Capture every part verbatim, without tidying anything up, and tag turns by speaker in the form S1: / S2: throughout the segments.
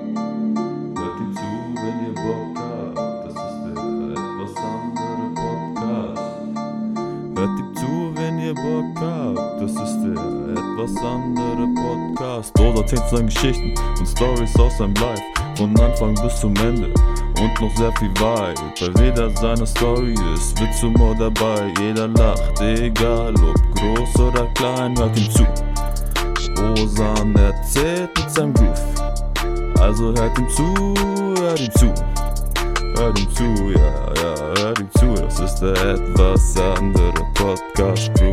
S1: Hört ihm zu, wenn ihr Bock habt. Das ist der etwas andere Podcast. Hört ihm zu, wenn ihr Bock habt. Das ist der etwas andere Podcast. Dort erzählt seine Geschichten und Stories aus seinem Life. Von Anfang bis zum Ende und noch sehr viel weit. Bei jeder seiner Story ist Witz Humor dabei. Jeder lacht, egal ob groß oder klein. Hört ihm zu. Osan erzählt mit seinem Groove. Also hört ihm zu, hört ihm zu. Hört ihm zu, ja, ja, hört ihm zu. Das ist der etwas andere Podcast-Crew.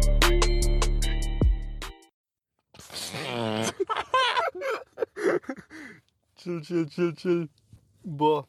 S2: Chill, chill, chill, chill. Boah.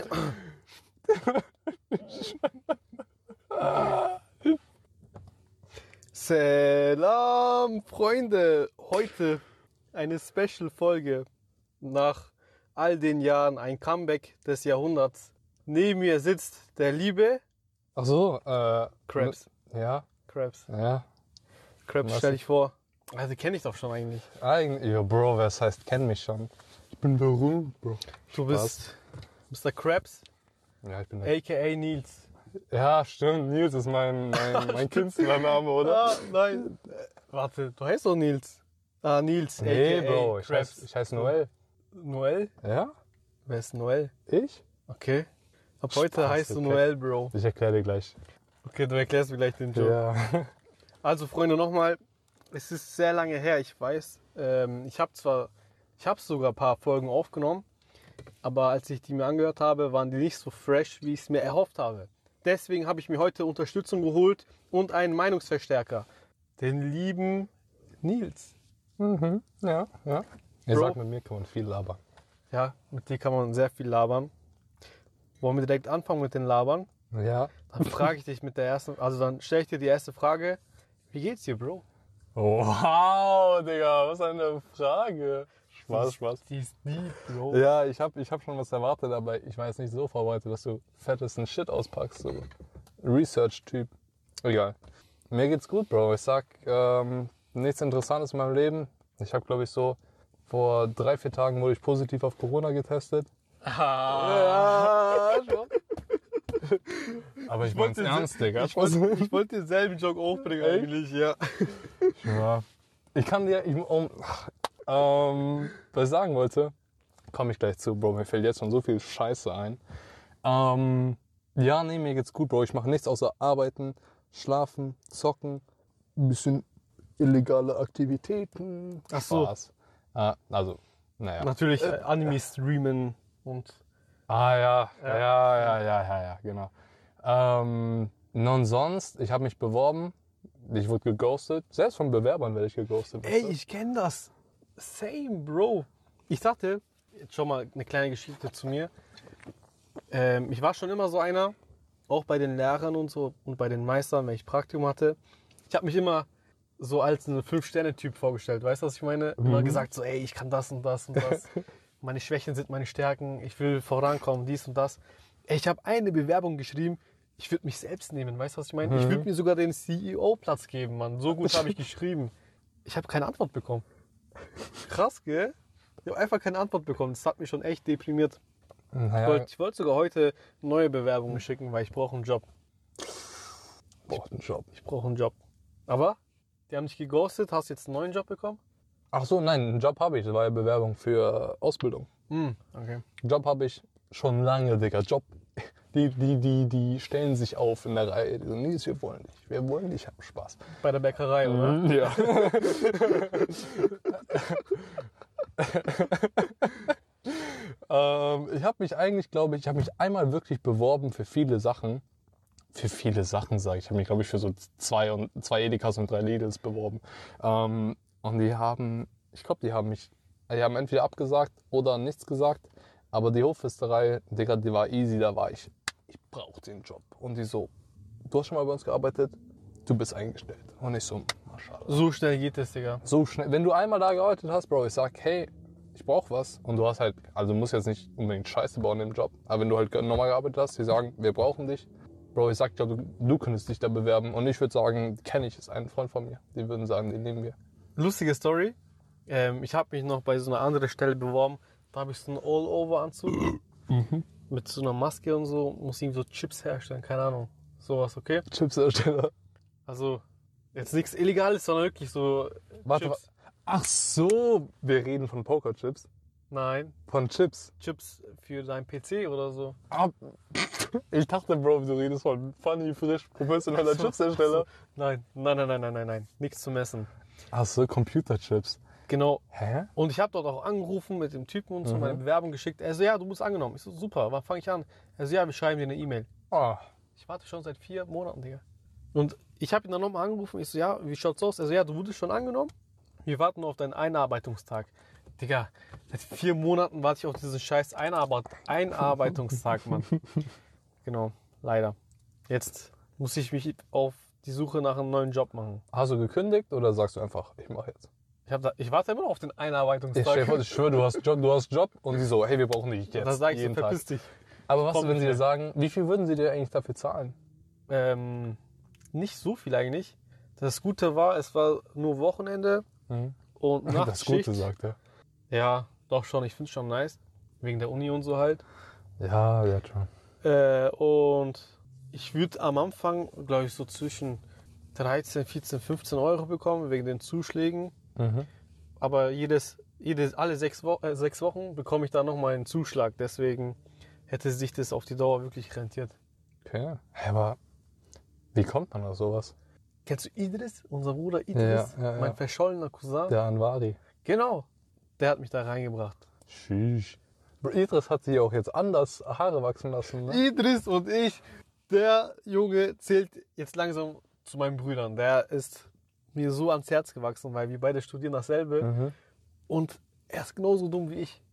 S2: Salam, Freunde. Heute eine Special-Folge. Nach all den Jahren ein Comeback des Jahrhunderts. Neben mir sitzt der liebe
S3: Ach so, äh...
S2: Krabs.
S3: Ja,
S2: Krabs.
S3: ja.
S2: Krabs,
S3: Was?
S2: stell dich vor. Also kenne ich doch schon eigentlich.
S3: Eigentlich, ja, Bro, was heißt, kenn mich schon. Ich bin berühmt, Bro.
S2: Du
S3: Spaß.
S2: bist Mister Krabs,
S3: Ja, ich bin der.
S2: aka Nils.
S3: Ja, stimmt, Nils ist mein, mein, mein Künstlername, oder?
S2: Ah, nein. Äh, warte, du heißt doch Nils. Ah, Nils,
S3: Nee,
S2: aka
S3: Bro, ich
S2: Krabs.
S3: heiße ich heiß Noel.
S2: Noel?
S3: Ja?
S2: Wer ist Noel?
S3: Ich?
S2: Okay. Ab heute
S3: Spaß,
S2: heißt du
S3: okay.
S2: Noel, Bro.
S3: Ich erkläre dir gleich.
S2: Okay, du erklärst mir gleich den Job.
S3: Ja.
S2: Also, Freunde, nochmal. Es ist sehr lange her, ich weiß. Ähm, ich habe zwar, ich habe sogar ein paar Folgen aufgenommen, aber als ich die mir angehört habe, waren die nicht so fresh, wie ich es mir erhofft habe. Deswegen habe ich mir heute Unterstützung geholt und einen Meinungsverstärker. Den lieben Nils.
S3: Mhm, ja, ja. Ihr
S2: Bro.
S3: sagt, mit mir kann man viel labern.
S2: Ja, mit dir kann man sehr viel labern. Wollen wir direkt anfangen mit den Labern?
S3: Ja.
S2: Dann frage ich dich mit der ersten, also dann stelle ich dir die erste Frage. Wie geht's dir, Bro?
S3: Wow, Digga, was eine Frage. Spaß, Spaß.
S2: Die ist deep, Bro.
S3: Ja, ich hab, ich hab schon was erwartet, aber ich war jetzt nicht so vorbereitet, dass du fettesten Shit auspackst. So. Research-Typ. Egal. Mir geht's gut, Bro. Ich sag, ähm, nichts Interessantes in meinem Leben. Ich habe, glaube ich, so vor drei, vier Tagen wurde ich positiv auf Corona getestet.
S2: Ah.
S3: Ja, schon. Aber ich mein's
S2: wollte-
S3: ernst, Digga.
S2: Ich wollte, ich wollte denselben Joke aufbringen
S3: Echt?
S2: eigentlich, ja.
S3: Ja. Ich kann dir, ich, um, ähm, was ich sagen wollte, komme ich gleich zu, Bro. Mir fällt jetzt schon so viel Scheiße ein. Ähm, ja, nee, mir geht's gut, Bro. Ich mache nichts außer arbeiten, schlafen, zocken, ein bisschen illegale Aktivitäten.
S2: Ach so.
S3: Spaß. Ah, also, naja.
S2: Natürlich äh, Anime streamen und
S3: Ah ja,
S2: Ja.
S3: ja, ja, ja, ja, ja, genau. Ähm, nun sonst, ich habe mich beworben, ich wurde geghostet. Selbst von Bewerbern werde ich geghostet.
S2: ey, ich kenne das. Same, Bro. Ich dachte, jetzt schon mal eine kleine Geschichte zu mir. Ähm, ich war schon immer so einer, auch bei den Lehrern und so und bei den Meistern, wenn ich Praktikum hatte. Ich habe mich immer so als ein Fünf-Sterne-Typ vorgestellt. Weißt du, was ich meine? Immer
S3: Mhm.
S2: gesagt so, ey, ich kann das und das und das. Meine Schwächen sind meine Stärken. Ich will vorankommen, dies und das. Ey, ich habe eine Bewerbung geschrieben. Ich würde mich selbst nehmen. Weißt du, was ich meine? Ich
S3: Mhm.
S2: würde mir sogar den C E O-Platz geben, Mann. So gut habe ich geschrieben. Ich habe keine Antwort bekommen. Krass, gell? Ich habe einfach keine Antwort bekommen. Das hat mich schon echt deprimiert. Ich
S3: Naja,
S2: wollte ich wollte sogar heute neue Bewerbungen schicken, weil ich brauche einen Job.
S3: braucht einen Job.
S2: Ich brauche einen Job. Aber die haben dich geghostet. Hast du jetzt einen neuen Job bekommen?
S3: Ach so, nein, einen Job habe ich. Das war ja Bewerbung für Ausbildung.
S2: Hm, okay.
S3: Job habe ich schon lange, Digga. Job. Die, die, die, die stellen sich auf in der Reihe. Die so, Nils, wir wollen dich. Wir wollen dich. Hab Spaß.
S2: Bei der Bäckerei, oder?
S3: Ja. ähm, ich habe mich eigentlich, glaube ich, ich habe mich einmal wirklich beworben für viele Sachen. Für viele Sachen, sage ich. Ich habe mich, glaube ich, für so zwei, und, zwei Edekas und drei Lidls beworben. Ähm, und die haben, ich glaube, die haben mich, die haben entweder abgesagt oder nichts gesagt. Aber die Hofpfisterei, Digga, die war easy, da war ich, ich brauche den Job. Und die so, du hast schon mal bei uns gearbeitet, du bist eingestellt. Und ich so, maschallah.
S2: So schnell geht es, Digga.
S3: So schnell, wenn du einmal da gearbeitet hast, Bro, ich sag, hey, ich brauche was. Und du hast halt, also du musst jetzt nicht unbedingt Scheiße bauen im Job. Aber wenn du halt normal gearbeitet hast, die sagen, wir brauchen dich. Bro, ich sag, ich glaube, du, du könntest dich da bewerben. Und ich würde sagen, kenne ich, ist ein Freund von mir. Die würden sagen, den nehmen wir.
S2: Lustige Story. Ähm, ich habe mich noch bei so einer anderen Stelle beworben. Da habe ich so einen All-Over-Anzug
S3: Mhm.
S2: mit so einer Maske und so. Muss ihm so Chips herstellen, keine Ahnung. Sowas, okay?
S3: Chipshersteller.
S2: Also jetzt nichts Illegales, sondern wirklich so
S3: Warte,
S2: Chips.
S3: ach so, wir reden von Pokerchips.
S2: Nein,
S3: Von Chips.
S2: Chips für deinen P C oder so.
S3: Ah, ich dachte, Bro, du redest von funny, frisch, professioneller
S2: Ach so,
S3: Chipshersteller.
S2: Nein, nein, nein, nein, nein, nein, nein. Nichts zu messen.
S3: Ach so, Computerchips.
S2: Genau.
S3: Hä?
S2: Und ich habe dort auch angerufen mit dem Typen und so
S3: Mhm.
S2: meine Bewerbung geschickt. Er so, ja, du bist angenommen. Ich so, super, wann fange ich an? Er so, ja, wir schreiben dir eine E-Mail.
S3: Oh.
S2: Ich warte schon seit vier Monaten, Digga. Und ich habe ihn dann nochmal angerufen. Ich so, ja, wie schaut's aus? Er so, ja, du wurdest schon angenommen. Wir warten nur auf deinen Einarbeitungstag. Digga, seit vier Monaten warte ich auf diesen scheiß Einarbeit Einarbeitungstag, Mann. Genau, leider. Jetzt muss ich mich auf die Suche nach einem neuen Job machen.
S3: Hast du gekündigt oder sagst du einfach, ich mache jetzt?
S2: Ich, hab da, ich warte immer noch auf den
S3: Ich,
S2: Einarbeitungstag.
S3: stell dir vor, ich schwöre, du hast Job, du hast Job und die so, hey, wir brauchen dich jetzt.
S2: Da sage ich so,
S3: jeden Tag.
S2: verpiss dich.
S3: Aber was,
S2: Komm
S3: wenn sie dir
S2: nicht
S3: sagen, wie viel würden sie dir eigentlich dafür zahlen?
S2: Ähm, nicht so viel eigentlich. Das Gute war, es war nur Wochenende
S3: Mhm.
S2: und
S3: Das
S2: Nachtschicht.
S3: Gute, sagt er.
S2: Ja, doch schon. Ich finde es schon nice. Wegen der Uni und so halt.
S3: Ja, ja, schon.
S2: Äh, und ich würde am Anfang, glaube ich, so zwischen dreizehn, vierzehn, fünfzehn Euro bekommen, wegen den Zuschlägen.
S3: Mhm.
S2: Aber jedes, jedes, alle sechs, Wo äh, sechs Wochen bekomme ich da nochmal einen Zuschlag. Deswegen hätte sich das auf die Dauer wirklich rentiert.
S3: Okay. Hä, aber wie kommt man auf sowas?
S2: Kennst du Idris? Unser Bruder Idris?
S3: Ja, ja, ja.
S2: Mein verschollener Cousin?
S3: Der Anwari.
S2: Genau. Der hat mich da reingebracht.
S3: Tschüss. Idris hat sich auch jetzt anders Haare wachsen lassen, ne?
S2: Idris und ich, der Junge zählt jetzt langsam zu meinen Brüdern. Der ist mir so ans Herz gewachsen, weil wir beide studieren dasselbe.
S3: Mhm.
S2: Und er ist genauso dumm wie ich.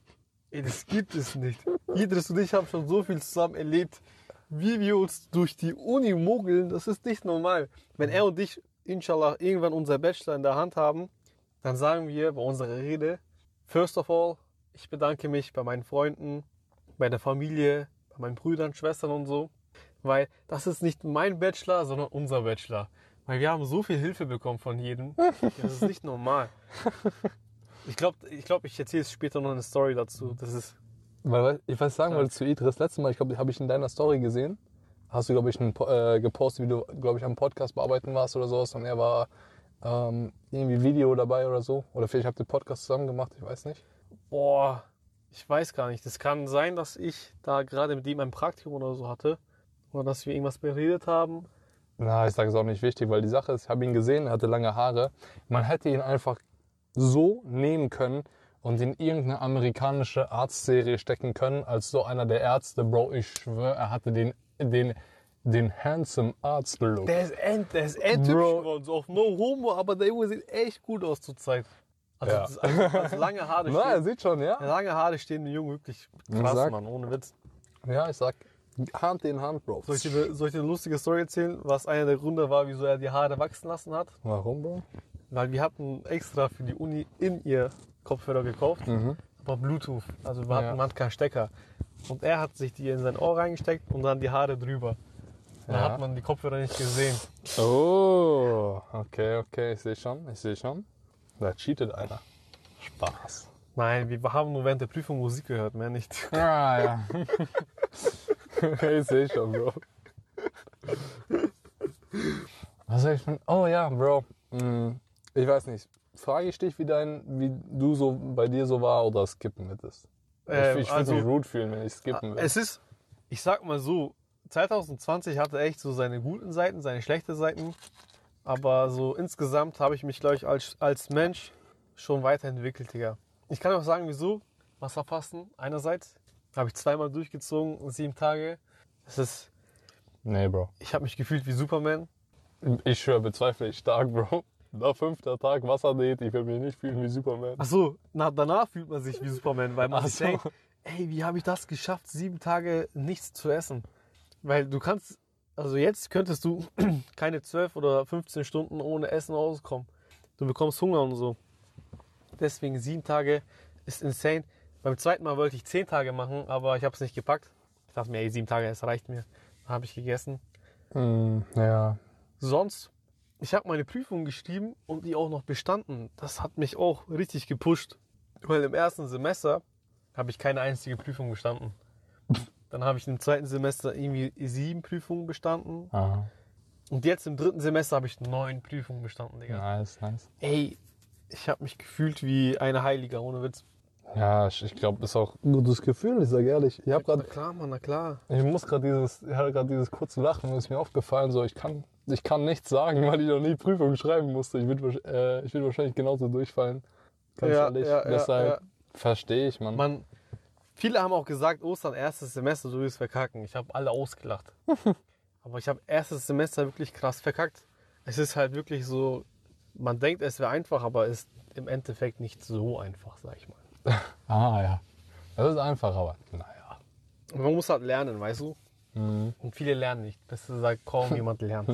S2: Ey, das gibt es nicht. Idris und ich haben schon so viel zusammen erlebt, wie wir uns durch die Uni mogeln. Das ist nicht normal. Wenn er und ich, inshallah, irgendwann unser Bachelor in der Hand haben, dann sagen wir bei unserer Rede, first of all, ich bedanke mich bei meinen Freunden, bei der Familie, bei meinen Brüdern, Schwestern und so. Weil das ist nicht mein Bachelor, sondern unser Bachelor. Weil wir haben so viel Hilfe bekommen von jedem. Das ist nicht normal. Ich glaube, ich, glaub, ich erzähle später noch eine Story dazu. Das ist
S3: Weil, ich weiß sagen wollte zu Idris, letztes Mal, ich glaube, habe ich in deiner Story gesehen, hast du, glaube ich, einen, Po- äh, gepostet, wie du, glaube ich, am Podcast bearbeiten warst oder sowas und er war ähm, irgendwie Video dabei oder so. Oder vielleicht habt ihr Podcast zusammen gemacht, ich weiß nicht.
S2: Boah, ich weiß gar nicht. Das kann sein, dass ich da gerade mit ihm ein Praktikum oder so hatte. Oder dass wir irgendwas beredet haben.
S3: Na, ich sage es auch nicht wichtig, weil die Sache ist, ich habe ihn gesehen, er hatte lange Haare. Man hätte ihn einfach so nehmen können und in irgendeine amerikanische Arztserie stecken können, als so einer der Ärzte. Bro, ich schwöre, er hatte den, den, den handsome Arzt-Look.
S2: Der ist end, der ist endtypisch
S3: Bro.
S2: geworden. So auf No Homo, aber der Junge sieht echt gut aus zur Zeit. Also,
S3: Ja.
S2: das, also, also lange Haare
S3: Na, er
S2: stehen.
S3: sieht schon, ja?
S2: Lange Haare stehen dem Jungen wirklich krass,
S3: Sag.
S2: Mann, ohne Witz.
S3: Ja, ich sag, Hand in Hand, Bro.
S2: Soll ich, dir eine, soll ich dir eine lustige Story erzählen, was einer der Gründe war, wieso er die Haare wachsen lassen hat?
S3: Warum, Bro?
S2: Weil wir hatten extra für die Uni in ihr Kopfhörer gekauft,
S3: Mhm.
S2: aber Bluetooth. Also wir hatten,
S3: Ja.
S2: man hat keinen Stecker. Und er hat sich die in sein Ohr reingesteckt und dann die Haare drüber. Dann
S3: Ja.
S2: hat man die Kopfhörer nicht gesehen.
S3: Oh, okay, okay, ich sehe schon, ich sehe schon. Da cheatet einer. Spaß.
S2: Nein, wir haben nur während der Prüfung Musik gehört, mehr nicht.
S3: Ah, ja. Ich sehe schon, Bro. Was soll ich von... Oh ja, Bro. Hm, Ich weiß nicht. Frage ich dich, wie, dein, wie du so bei dir so war oder skippen würdest?
S2: Ähm,
S3: ich ich würde
S2: also-
S3: mich rude fühlen, wenn ich skippen würde.
S2: Es ist, ich sag mal so, zwanzig zwanzig hatte echt so seine guten Seiten, seine schlechten Seiten. Aber so insgesamt habe ich mich, glaube ich, als, als Mensch schon weiterentwickelt, Digga. Ich kann auch sagen, wieso. Wasserfasten einerseits. Habe ich zweimal durchgezogen, sieben Tage. Das ist,
S3: Nee, Bro.
S2: ich habe mich gefühlt wie Superman.
S3: Ich schwöre, bezweifle ich stark, Bro. Nach fünfter Tag Wasserdiät, ich will mich nicht fühlen wie Superman.
S2: Ach so, na, danach fühlt man sich wie Superman, weil man
S3: Ach
S2: sich
S3: so.
S2: denkt, ey, wie habe ich das geschafft, sieben Tage nichts zu essen? Weil du kannst, also jetzt könntest du keine zwölf oder fünfzehn Stunden ohne Essen auskommen. Du bekommst Hunger und so. Deswegen sieben Tage ist insane. Beim zweiten Mal wollte ich zehn Tage machen, aber ich habe es nicht gepackt. Ich dachte mir, ey, sieben Tage, es reicht mir. Dann habe ich gegessen.
S3: Mm, ja.
S2: Sonst, ich habe meine Prüfung geschrieben und die auch noch bestanden. Das hat mich auch richtig gepusht. Weil im ersten Semester habe ich keine einzige Prüfung bestanden. Dann habe ich im zweiten Semester irgendwie sieben Prüfungen bestanden.
S3: Aha.
S2: Und jetzt im dritten Semester habe ich neun Prüfungen bestanden, Digga.
S3: Nice, nice.
S2: Ey, ich habe mich gefühlt wie ein Heiliger, ohne Witz.
S3: Ja, ich, ich glaube, das ist auch ein gutes Gefühl, ich sage ehrlich. Ich habe
S2: Na
S3: gerade,
S2: klar, Mann, na klar.
S3: ich muss gerade dieses, ich hatte gerade dieses kurze Lachen, ist mir aufgefallen, so ich kann, ich kann nichts sagen, weil ich noch nie Prüfungen schreiben musste. Ich würde äh, ich würd wahrscheinlich genauso durchfallen. Ganz
S2: Ja,
S3: ehrlich.
S2: ja, ja,
S3: Deshalb
S2: ja.
S3: verstehe ich, man.
S2: Man, viele haben auch gesagt, Ostern, erstes Semester, du wirst verkacken. Ich habe alle ausgelacht. Aber ich habe erstes Semester wirklich krass verkackt. Es ist halt wirklich so, man denkt, es wäre einfach, aber es ist im Endeffekt nicht so einfach, sag ich mal.
S3: Ah ja. Das ist einfach, aber naja.
S2: Und man muss halt lernen, weißt du?
S3: Mhm.
S2: Und viele lernen nicht. Besser gesagt, kaum jemand lernt.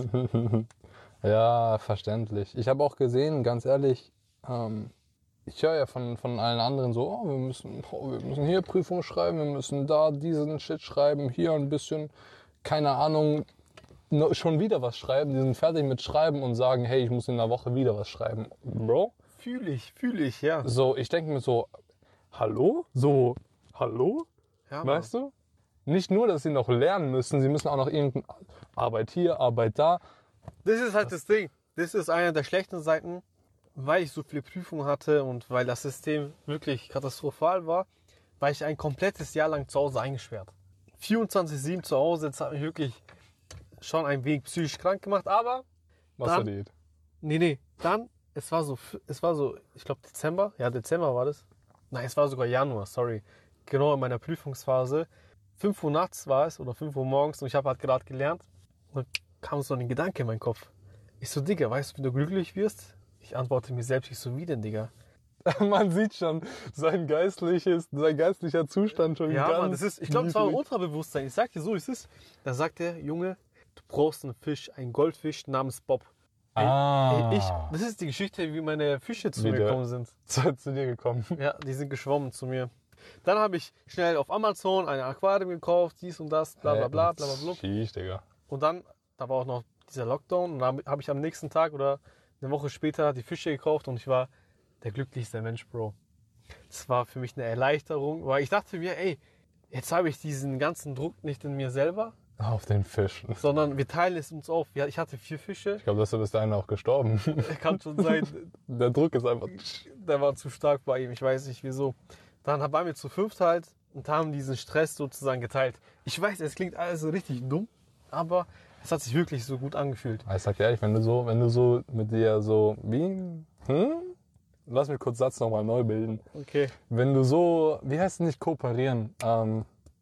S3: Ja, verständlich. Ich habe auch gesehen, ganz ehrlich, ähm, ich höre ja von, von allen anderen so, oh, wir müssen, oh, wir müssen hier Prüfung schreiben, wir müssen da diesen Shit schreiben, hier ein bisschen, keine Ahnung, no, schon wieder was schreiben. Die sind fertig mit Schreiben und sagen, hey, ich muss in einer Woche wieder was schreiben. Bro?
S2: Fühle ich, fühle ich, ja.
S3: So, ich denke mir so, hallo? So, hallo?
S2: ja Mann.
S3: Weißt du? Nicht nur, dass sie noch lernen müssen, sie müssen auch noch irgendeine Arbeit hier, Arbeit da.
S2: Das ist halt das Ding. Das ist eine der schlechten Seiten, weil ich so viele Prüfungen hatte und weil das System wirklich katastrophal war, war ich ein komplettes Jahr lang zu Hause eingesperrt. vierundzwanzig sieben zu Hause, das hat mich wirklich schon ein wenig psychisch krank gemacht, aber
S3: Wasserdiät.
S2: nee, nee, dann, es war so, es war so, ich glaube Dezember, ja Dezember war das. Nein, es war sogar Januar, sorry. Genau in meiner Prüfungsphase. fünf Uhr nachts war es oder fünf Uhr morgens und ich habe halt gerade gelernt. Und dann kam so ein Gedanke in meinen Kopf. Ich so, Digga, weißt du, wie du glücklich wirst? Ich antworte mir selbst, ich so, wie denn, Digga?
S3: Man sieht schon sein geistliches, sein geistlicher Zustand schon
S2: Ja,
S3: ganz
S2: Mann, das ist, ich glaube, es war ein
S3: niedrig.
S2: Unterbewusstsein. Ich sag dir so, wie es ist. Da sagt der Junge, du brauchst einen Fisch, einen Goldfisch namens Bob. Ey,
S3: Ah.
S2: ey, ich, das ist die Geschichte, wie meine Fische zu
S3: Wie
S2: mir
S3: der-
S2: gekommen sind.
S3: zu, zu dir gekommen.
S2: Ja, die sind geschwommen zu mir. Dann habe ich schnell auf Amazon ein Aquarium gekauft, dies und das, bla bla bla bla bla bla.
S3: Schieß, Digga.
S2: Und dann, da war auch noch dieser Lockdown und dann habe ich am nächsten Tag oder eine Woche später die Fische gekauft und ich war der glücklichste Mensch, Bro. Das war für mich eine Erleichterung, weil ich dachte mir, ey, jetzt habe ich diesen ganzen Druck nicht in mir selber,
S3: Auf den Fisch.
S2: sondern wir teilen es uns auf. Ja, ich hatte vier Fische,
S3: Ich glaube, dass du bis dahin auch gestorben.
S2: kann schon sein,
S3: Der Druck ist einfach.
S2: der war zu stark bei ihm, ich weiß nicht wieso. Dann waren wir zu fünft halt und haben diesen Stress sozusagen geteilt. Ich weiß, es klingt alles so richtig dumm, aber es hat sich wirklich so gut angefühlt.
S3: Ich sag dir ehrlich, wenn du so, wenn du so mit dir so wie, hm? Lass mich kurz Satz nochmal neu bilden.
S2: Okay.
S3: Wenn du so, wie heißt es nicht kooperieren? Ähm,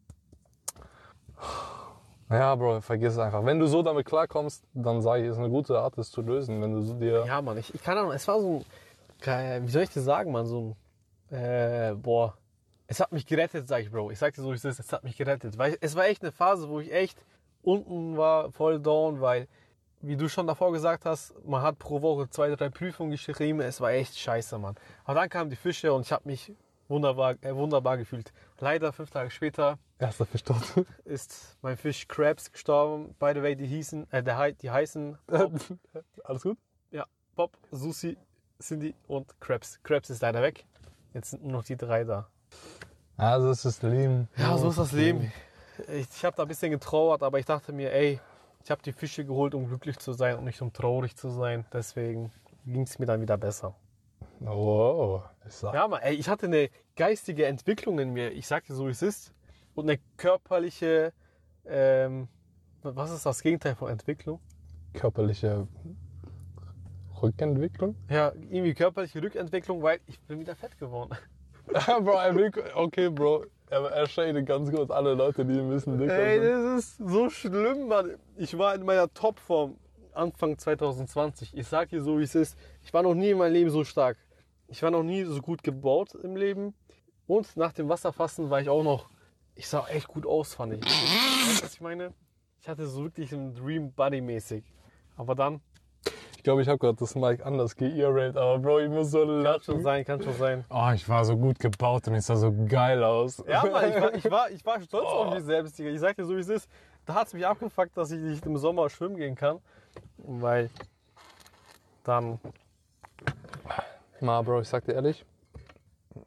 S3: ja, Bro, vergiss es einfach. Wenn du so damit klarkommst, dann sage ich, ist eine gute Art, das zu lösen. Wenn du so dir,
S2: Ja, Mann, ich, ich keine Ahnung, es war so ein, wie soll ich das sagen, Mann, so ein, äh, boah, es hat mich gerettet, sag ich, Bro. Ich sag dir so, wie es ist, es hat mich gerettet. Weil es war echt eine Phase, wo ich echt unten war, voll down, weil, wie du schon davor gesagt hast, man hat pro Woche zwei, drei Prüfungen geschrieben, es war echt scheiße, Mann. Aber dann kamen die Fische und ich habe mich wunderbar, äh, wunderbar gefühlt. Leider, fünf Tage später,
S3: erster Fisch tot.
S2: ist mein Fisch Krabs gestorben. By the way, die hießen, äh, der, hei- die heißen
S3: Alles gut?
S2: Ja, Bob, Susi, Cindy und Krabs. Krabs ist leider weg. Jetzt sind nur noch die drei da.
S3: Also es ist das Leben.
S2: Ja, so ist das Leben. Ich, ich habe da ein bisschen getrauert, aber ich dachte mir, ey, ich habe die Fische geholt, um glücklich zu sein und nicht um traurig zu sein. Deswegen ging es mir dann wieder besser.
S3: Oh, ich sag.
S2: Ja, Mann, ey, ich hatte eine geistige Entwicklung in mir. Ich sag dir so, wie es ist. Und eine körperliche, ähm, was ist das Gegenteil von Entwicklung?
S3: Körperliche Rückentwicklung?
S2: Ja, irgendwie körperliche Rückentwicklung, weil ich bin wieder fett geworden.
S3: Bro, er will, okay, Bro, er, er shadet ganz kurz alle Leute, die ein bisschen dicker
S2: Ey,
S3: sind.
S2: das ist so schlimm, Mann. Ich war in meiner Topform Anfang zwanzig zwanzig. Ich sag dir so, wie es ist. Ich war noch nie in meinem Leben so stark. Ich war noch nie so gut gebaut im Leben. Und nach dem Wasserfassen war ich auch noch, ich sah echt gut aus, fand ich. Weißt du, was ich meine? Ich hatte so wirklich einen Dream Body mäßig. Aber dann,
S3: Ich glaube, ich habe gerade das Mic anders geearrailt, aber Bro, ich muss so
S2: kann schon
S3: lachen.
S2: sein, kann schon sein.
S3: Oh, ich war so gut gebaut und ich sah so geil aus.
S2: Ja, Mann, ich war, ich war, ich war stolz auf mich selbst, Digga. Ich sag dir so, wie es ist. Da hat es mich abgefuckt, dass ich nicht im Sommer schwimmen gehen kann. Weil dann,
S3: Ma, Bro, ich sag dir ehrlich,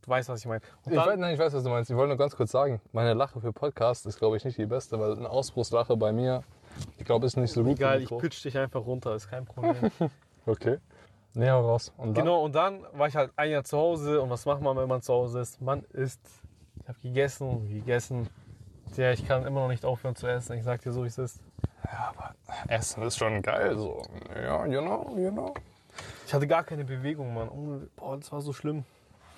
S2: du weißt, was ich meine. Und
S3: Ich
S2: dann,
S3: weiß, nein, ich weiß, was du meinst. Ich wollte nur ganz kurz sagen, meine Lache für Podcast ist, glaube ich, nicht die beste, weil eine Ausbruchslache bei mir, ich glaube, ist nicht so gut.
S2: egal, ich pitch dich einfach runter, ist kein Problem.
S3: Okay. Nee, hau raus. Und dann?
S2: Genau, und dann war ich halt ein Jahr zu Hause und was macht man, wenn man zu Hause ist? Man isst. Ich habe gegessen und gegessen. Ja, ich kann immer noch nicht aufhören zu essen. Ich sag dir so, wie es ist.
S3: Ja, aber Essen ist schon geil, so. Ja, you know, you know.
S2: Ich hatte gar keine Bewegung, Mann. Oh, boah, das war so schlimm.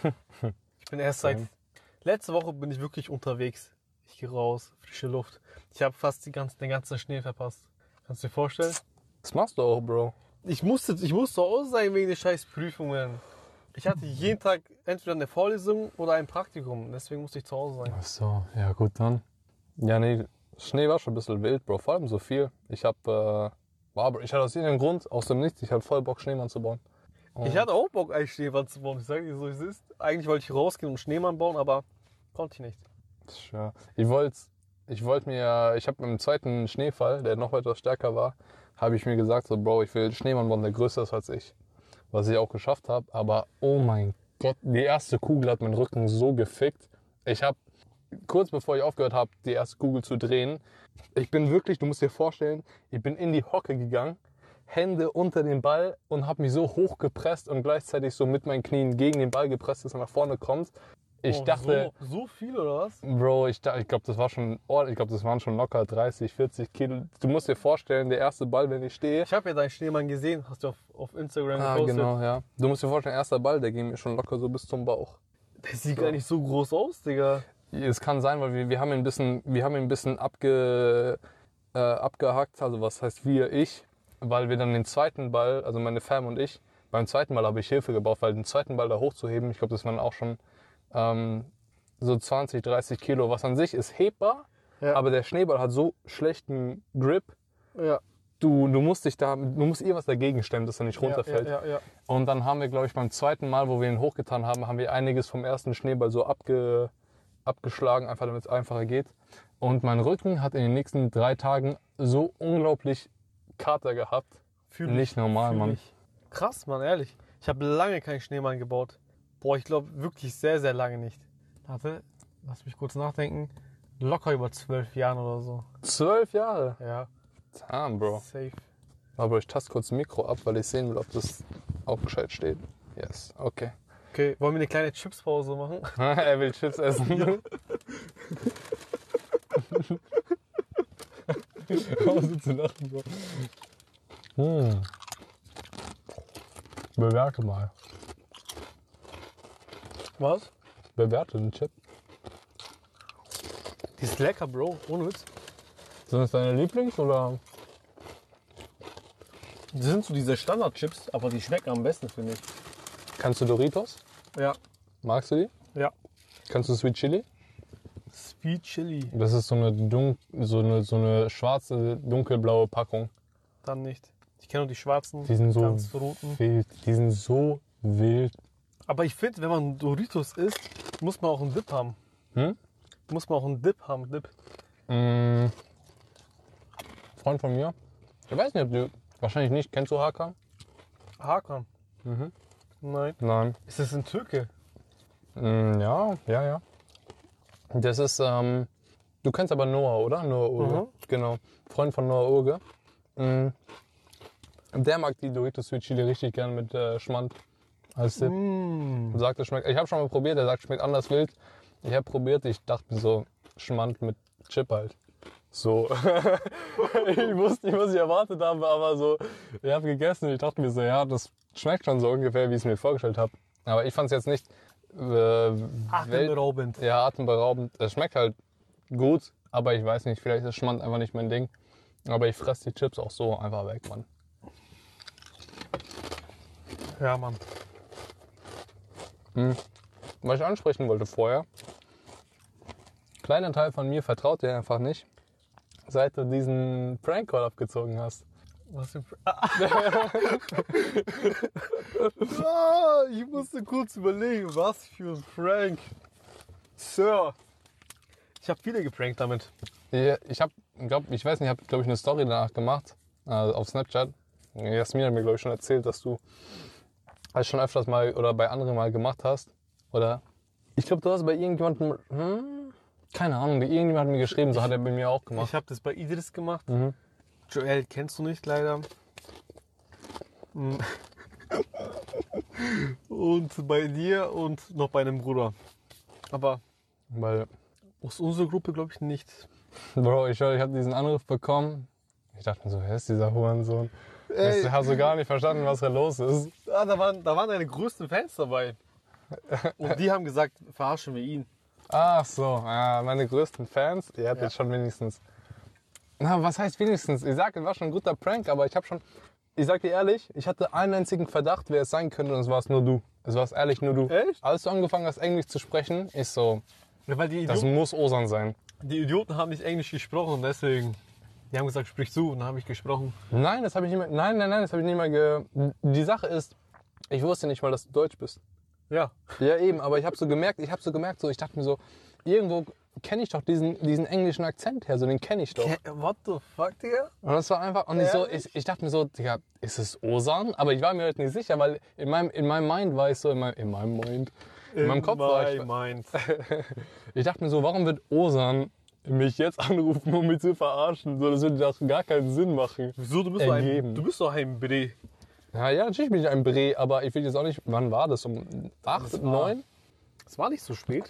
S2: Ich bin erst seit... Letzte Woche bin ich wirklich unterwegs. Ich gehe raus, frische Luft. Ich habe fast die ganze, den ganzen Schnee verpasst. Kannst du dir vorstellen?
S3: Das machst du auch, Bro.
S2: Ich musste, ich musste zu Hause sein wegen der scheiß Prüfungen. Ich hatte jeden Tag entweder eine Vorlesung oder ein Praktikum. Deswegen musste ich zu Hause sein.
S3: Ach so, ja gut dann. Ja, nee, Schnee war schon ein bisschen wild, Bro. Vor allem so viel. Ich hab, äh, war, aber ich hatte aus irgendeinem Grund, aus dem Nichts, ich hatte voll Bock, Schneemann zu bauen. Und
S2: Ich hatte auch Bock, einen Schneemann zu bauen. Ich sage dir so, wie es ist. Eigentlich wollte ich rausgehen und einen Schneemann bauen, aber konnte ich nicht.
S3: Tja, ich wollte ich wollt mir, ich habe im zweiten Schneefall, der noch etwas stärker war, habe ich mir gesagt, so Bro, ich will einen Schneemann bauen, der größer ist als ich. Was ich auch geschafft habe, aber oh mein Gott, die erste Kugel hat meinen Rücken so gefickt. Ich habe, kurz bevor ich aufgehört habe, die erste Kugel zu drehen, ich bin wirklich, du musst dir vorstellen, ich bin in die Hocke gegangen, Hände unter den Ball und habe mich so hoch gepresst und gleichzeitig so mit meinen Knien gegen den Ball gepresst, dass er nach vorne kommt. Ich
S2: Oh,
S3: dachte,
S2: So, so viel oder was?
S3: Bro, ich, ich glaube, das war schon, oh, ich glaube, das waren schon locker dreißig, vierzig Kilo. Du musst dir vorstellen, der erste Ball, wenn ich stehe.
S2: Ich habe ja deinen Schneemann gesehen. Hast du auf, auf Instagram
S3: Ah,
S2: gepostet.
S3: genau, ja. Du musst dir vorstellen, der erste Ball, der ging mir schon locker so bis zum Bauch.
S2: Der sieht gar nicht so groß aus, Digga.
S3: Es kann sein, weil wir, wir haben ihn ein bisschen, wir haben ihn ein bisschen abge, äh, abgehackt, also was heißt wir, ich, weil wir dann den zweiten Ball, also meine Fam und ich, beim zweiten Ball habe ich Hilfe gebraucht, weil den zweiten Ball da hochzuheben, ich glaube, das waren auch schon ähm, so zwanzig, dreißig Kilo, was an sich ist hebbar,
S2: Ja.
S3: aber der Schneeball hat so schlechten Grip,
S2: Ja.
S3: du, du musst dich da, du musst irgendwas dagegen stemmen, dass er nicht runterfällt.
S2: Ja, ja, ja.
S3: Und dann haben wir, glaube ich, beim zweiten Mal, wo wir ihn hochgetan haben, haben wir einiges vom ersten Schneeball so abge, abgeschlagen, einfach damit es einfacher geht. Und mein Rücken hat in den nächsten drei Tagen so unglaublich Kater gehabt.
S2: Fühl
S3: Nicht
S2: ich,
S3: normal,
S2: fühl
S3: Mann.
S2: ich. Krass, Mann, ehrlich. Ich habe lange keinen Schneemann gebaut. Boah, ich glaube wirklich sehr, sehr lange nicht. Warte, lass mich kurz nachdenken. Locker über zwölf Jahren oder so.
S3: Zwölf Jahre.
S2: Ja,
S3: Damn, Bro.
S2: safe.
S3: Aber ich taste kurz das Mikro ab, weil ich sehen will, ob das auch gescheit steht. Yes, okay.
S2: Okay, wollen wir eine kleine Chipspause machen?
S3: Er will Chips essen. Pause zu lachen, Bro. Hm. Bewerte mal.
S2: Was?
S3: Bewerte den Chip.
S2: Die ist lecker, Bro. Ohne Witz.
S3: Sind das deine Lieblings- oder?
S2: Das sind so diese Standard-Chips, aber die schmecken am besten, finde ich.
S3: Kannst du Doritos?
S2: Ja.
S3: Magst du die?
S2: Ja.
S3: Kannst du Sweet Chili?
S2: Sweet Chili.
S3: Das ist so eine, dun so eine, so eine schwarze, dunkelblaue Packung.
S2: Dann nicht. Ich kenne nur die schwarzen,
S3: Die sind so
S2: ganz roten.
S3: wild. Die sind so wild.
S2: Aber ich finde, wenn man Doritos isst, muss man auch einen Dip haben.
S3: Hm?
S2: Muss man auch einen Dip haben, Dip.
S3: Mm, Freund von mir. Ich weiß nicht, ob du... Wahrscheinlich nicht. Kennst du Hakan?
S2: Hakan.
S3: Mhm.
S2: Nein.
S3: Nein.
S2: Ist das in Türke?
S3: Mm, ja, ja, ja. Das ist... Ähm, du kennst aber Noah, oder? Noah Urge.
S2: Mhm.
S3: Genau. Freund von Noah Urge. Mm, der mag die Doritos Sweet Chili richtig gern mit äh, Schmand als Dip.
S2: Mm.
S3: Und sagt, es schmeckt. Ich habe schon mal probiert. Er sagt, schmeckt anders wild. Ich habe probiert. Ich dachte mir so, Schmand mit Chip halt. So. ich wusste nicht, was ich erwartet habe, aber so, ich habe gegessen. Ich dachte mir so, ja, das schmeckt schon so ungefähr, wie ich es mir vorgestellt habe. Aber ich fand es jetzt nicht äh, Welt,
S2: Atemberaubend.
S3: ja, atemberaubend. Es schmeckt halt gut, aber ich weiß nicht, vielleicht ist Schmand einfach nicht mein Ding. Aber ich fresse die Chips auch so einfach weg, Mann.
S2: Ja, Mann.
S3: Hm. Was ich ansprechen wollte vorher, kleiner Teil von mir vertraut dir einfach nicht, seit du diesen Prank-Call abgezogen hast.
S2: Was für ah, ich musste kurz überlegen, was für ein Prank. Sir. Ich habe viele geprankt damit.
S3: Ja, ich habe, glaub, ich weiß nicht, ich habe, glaube ich, eine Story danach gemacht, äh, auf Snapchat. Jasmin hat mir, glaube ich, schon erzählt, dass du das schon öfters mal oder bei anderen mal gemacht hast, oder? Ich glaube, du hast bei irgendjemandem, hm, keine Ahnung, irgendjemand hat mir geschrieben, so hat er bei mir auch gemacht.
S2: Ich habe das bei Idris gemacht.
S3: Mhm.
S2: Joel kennst du nicht, leider. Und bei dir und noch bei einem Bruder. Aber
S3: Weil,
S2: aus unserer Gruppe glaube ich nicht.
S3: Bro, ich, ich habe diesen Anruf bekommen. Ich dachte mir so, wer ist dieser Hurensohn?
S2: Ey.
S3: Ich habe so gar nicht verstanden, was da los ist.
S2: Ah, da waren, da waren deine größten Fans dabei. Und die haben gesagt, verarschen wir ihn.
S3: Ach so, ja, meine größten Fans, ihr hattet
S2: Ja.
S3: schon wenigstens. Na, was heißt wenigstens? Ich sag, es war schon ein guter Prank, aber ich habe schon, ich sag dir ehrlich, ich hatte einen einzigen Verdacht, wer es sein könnte, und es war es nur du. Es war es ehrlich nur du.
S2: Echt?
S3: Als du angefangen hast, Englisch zu sprechen, ich so,
S2: Ja, weil die
S3: das
S2: Idioten,
S3: muss Osan sein.
S2: die Idioten haben nicht Englisch gesprochen und deswegen. Die haben gesagt, sprich zu, und dann habe ich gesprochen.
S3: Nein, das habe ich nicht mehr, nein, nein, nein, das habe ich nicht mehr ge... Die Sache ist, ich wusste nicht mal, dass du Deutsch bist.
S2: Ja.
S3: Ja, eben, aber ich habe so gemerkt, ich habe so gemerkt, so, ich dachte mir so, irgendwo kenne ich doch diesen, diesen englischen Akzent her, so den kenne ich doch.
S2: What the fuck, Digga?
S3: Und das war einfach, und ich, so,
S2: Ehrlich?
S3: ich, ich dachte mir so, Digga, ist es Osan? Aber ich war mir halt nicht sicher, weil in meinem, in meinem Mind war ich so, in meinem, in meinem Mind, in, meinem Kopf war ich,
S2: Mind.
S3: ich dachte mir so, warum wird Osan mich jetzt anrufen, um mich zu verarschen? So, das würde doch gar keinen Sinn machen.
S2: Wieso? Du bist doch
S3: Ergeben.
S2: ein, du bist doch ein Bre.
S3: Ja, ja, natürlich bin ich ein Bre, aber ich will jetzt auch nicht, wann war das? Um acht,
S2: Das war-
S3: neun?
S2: Es war nicht so spät.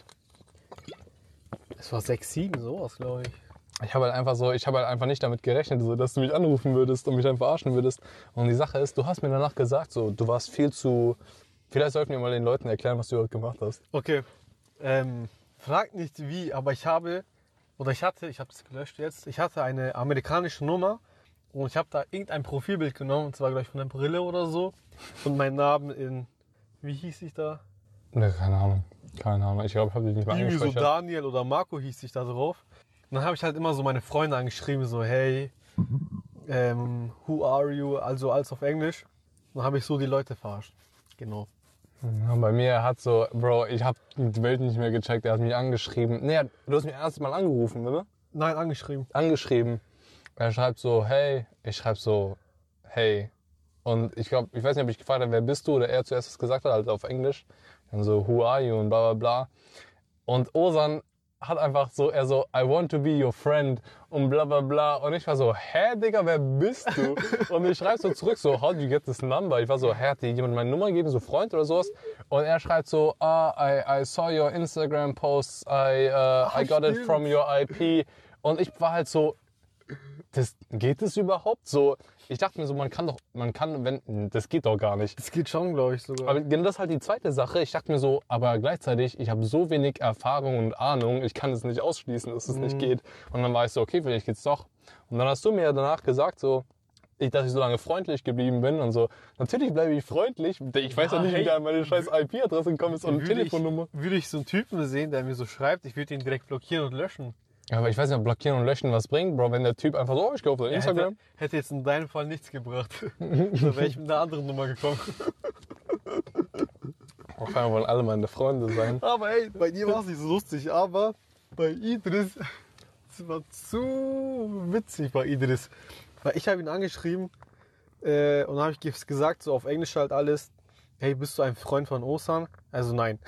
S2: Es war sechs, sieben, sowas, glaube ich.
S3: Ich habe halt einfach so, ich habe halt einfach nicht damit gerechnet, so, dass du mich anrufen würdest und mich dann verarschen würdest. Und die Sache ist, du hast mir danach gesagt, so, du warst viel zu. Vielleicht sollten wir mal den Leuten erklären, was du heute gemacht hast.
S2: Okay. Ähm, frag nicht wie, aber ich habe, oder ich hatte, ich habe es gelöscht jetzt, ich hatte eine amerikanische Nummer und ich habe da irgendein Profilbild genommen, und zwar gleich von der Brille oder so, und meinen Namen in, wie hieß ich da?
S3: Ne, keine Ahnung. Keine Ahnung. Ich glaube, ich habe dich nicht mal
S2: Irgendwie so
S3: angespeichert.
S2: Daniel oder Marco hieß ich da drauf. Und dann habe ich halt immer so meine Freunde angeschrieben, so hey, ähm, who are you, also alles auf Englisch. Und dann habe ich so die Leute verarscht. Genau.
S3: Ja, bei mir hat so, Bro, ich habe die Welt nicht mehr gecheckt. Er hat mich angeschrieben. Nee, du hast mich erst mal angerufen, oder?
S2: Nein, angeschrieben.
S3: Angeschrieben. Er schreibt so, hey. Ich schreibe so, hey. Und ich glaube, ich weiß nicht, ob ich gefragt habe, wer bist du? Oder er zuerst was gesagt hat, halt auf Englisch. Dann so, who are you? Und bla bla bla. Und Osan hat einfach so, er so, I want to be your friend und bla bla bla. Und ich war so, hä, Digga, wer bist du? Und ich schreibe so zurück, so, how did you get this number? Ich war so, hä, hat dir jemand meine Nummer gegeben, so Freund oder sowas? Und er schreibt so, ah, I, I saw your Instagram posts, I, uh, I got it
S2: stimmt.
S3: from your I P. Und ich war halt so, das, geht das überhaupt so? Ich dachte mir so, man kann doch, man kann, wenn, das geht doch gar nicht.
S2: Das geht schon, glaube ich, sogar.
S3: Aber genau das ist halt die zweite Sache. Ich dachte mir so, aber gleichzeitig, ich habe so wenig Erfahrung und Ahnung, ich kann es nicht ausschließen, dass es nicht geht. Und dann war ich so, okay, vielleicht geht's doch. Und dann hast du mir danach gesagt, so, ich, dass ich so lange freundlich geblieben bin und so. Natürlich bleibe ich freundlich. Ich weiß ja
S2: Ja,
S3: nicht, wie
S2: hey.
S3: der an meine scheiß I P-Adresse gekommen ist und eine
S2: würde
S3: Telefonnummer.
S2: Ich, würde ich so einen Typen sehen, der mir so schreibt, ich würde ihn direkt blockieren und löschen.
S3: Ja, aber ich weiß nicht, ob blockieren und löschen was bringt, Bro. Wenn der Typ einfach so, oh, ich gehe auf dein
S2: Er
S3: Instagram.
S2: Hätte, hätte jetzt in deinem Fall nichts gebracht. Dann wäre ich mit einer anderen Nummer gekommen.
S3: Auf einmal wollen alle meine Freunde sein.
S2: Aber ey, bei dir war es nicht so lustig, aber bei Idris, es war zu witzig bei Idris. Weil ich habe ihn angeschrieben äh, und habe ich gesagt, so auf Englisch halt alles, hey, bist du ein Freund von Osan? Also nein.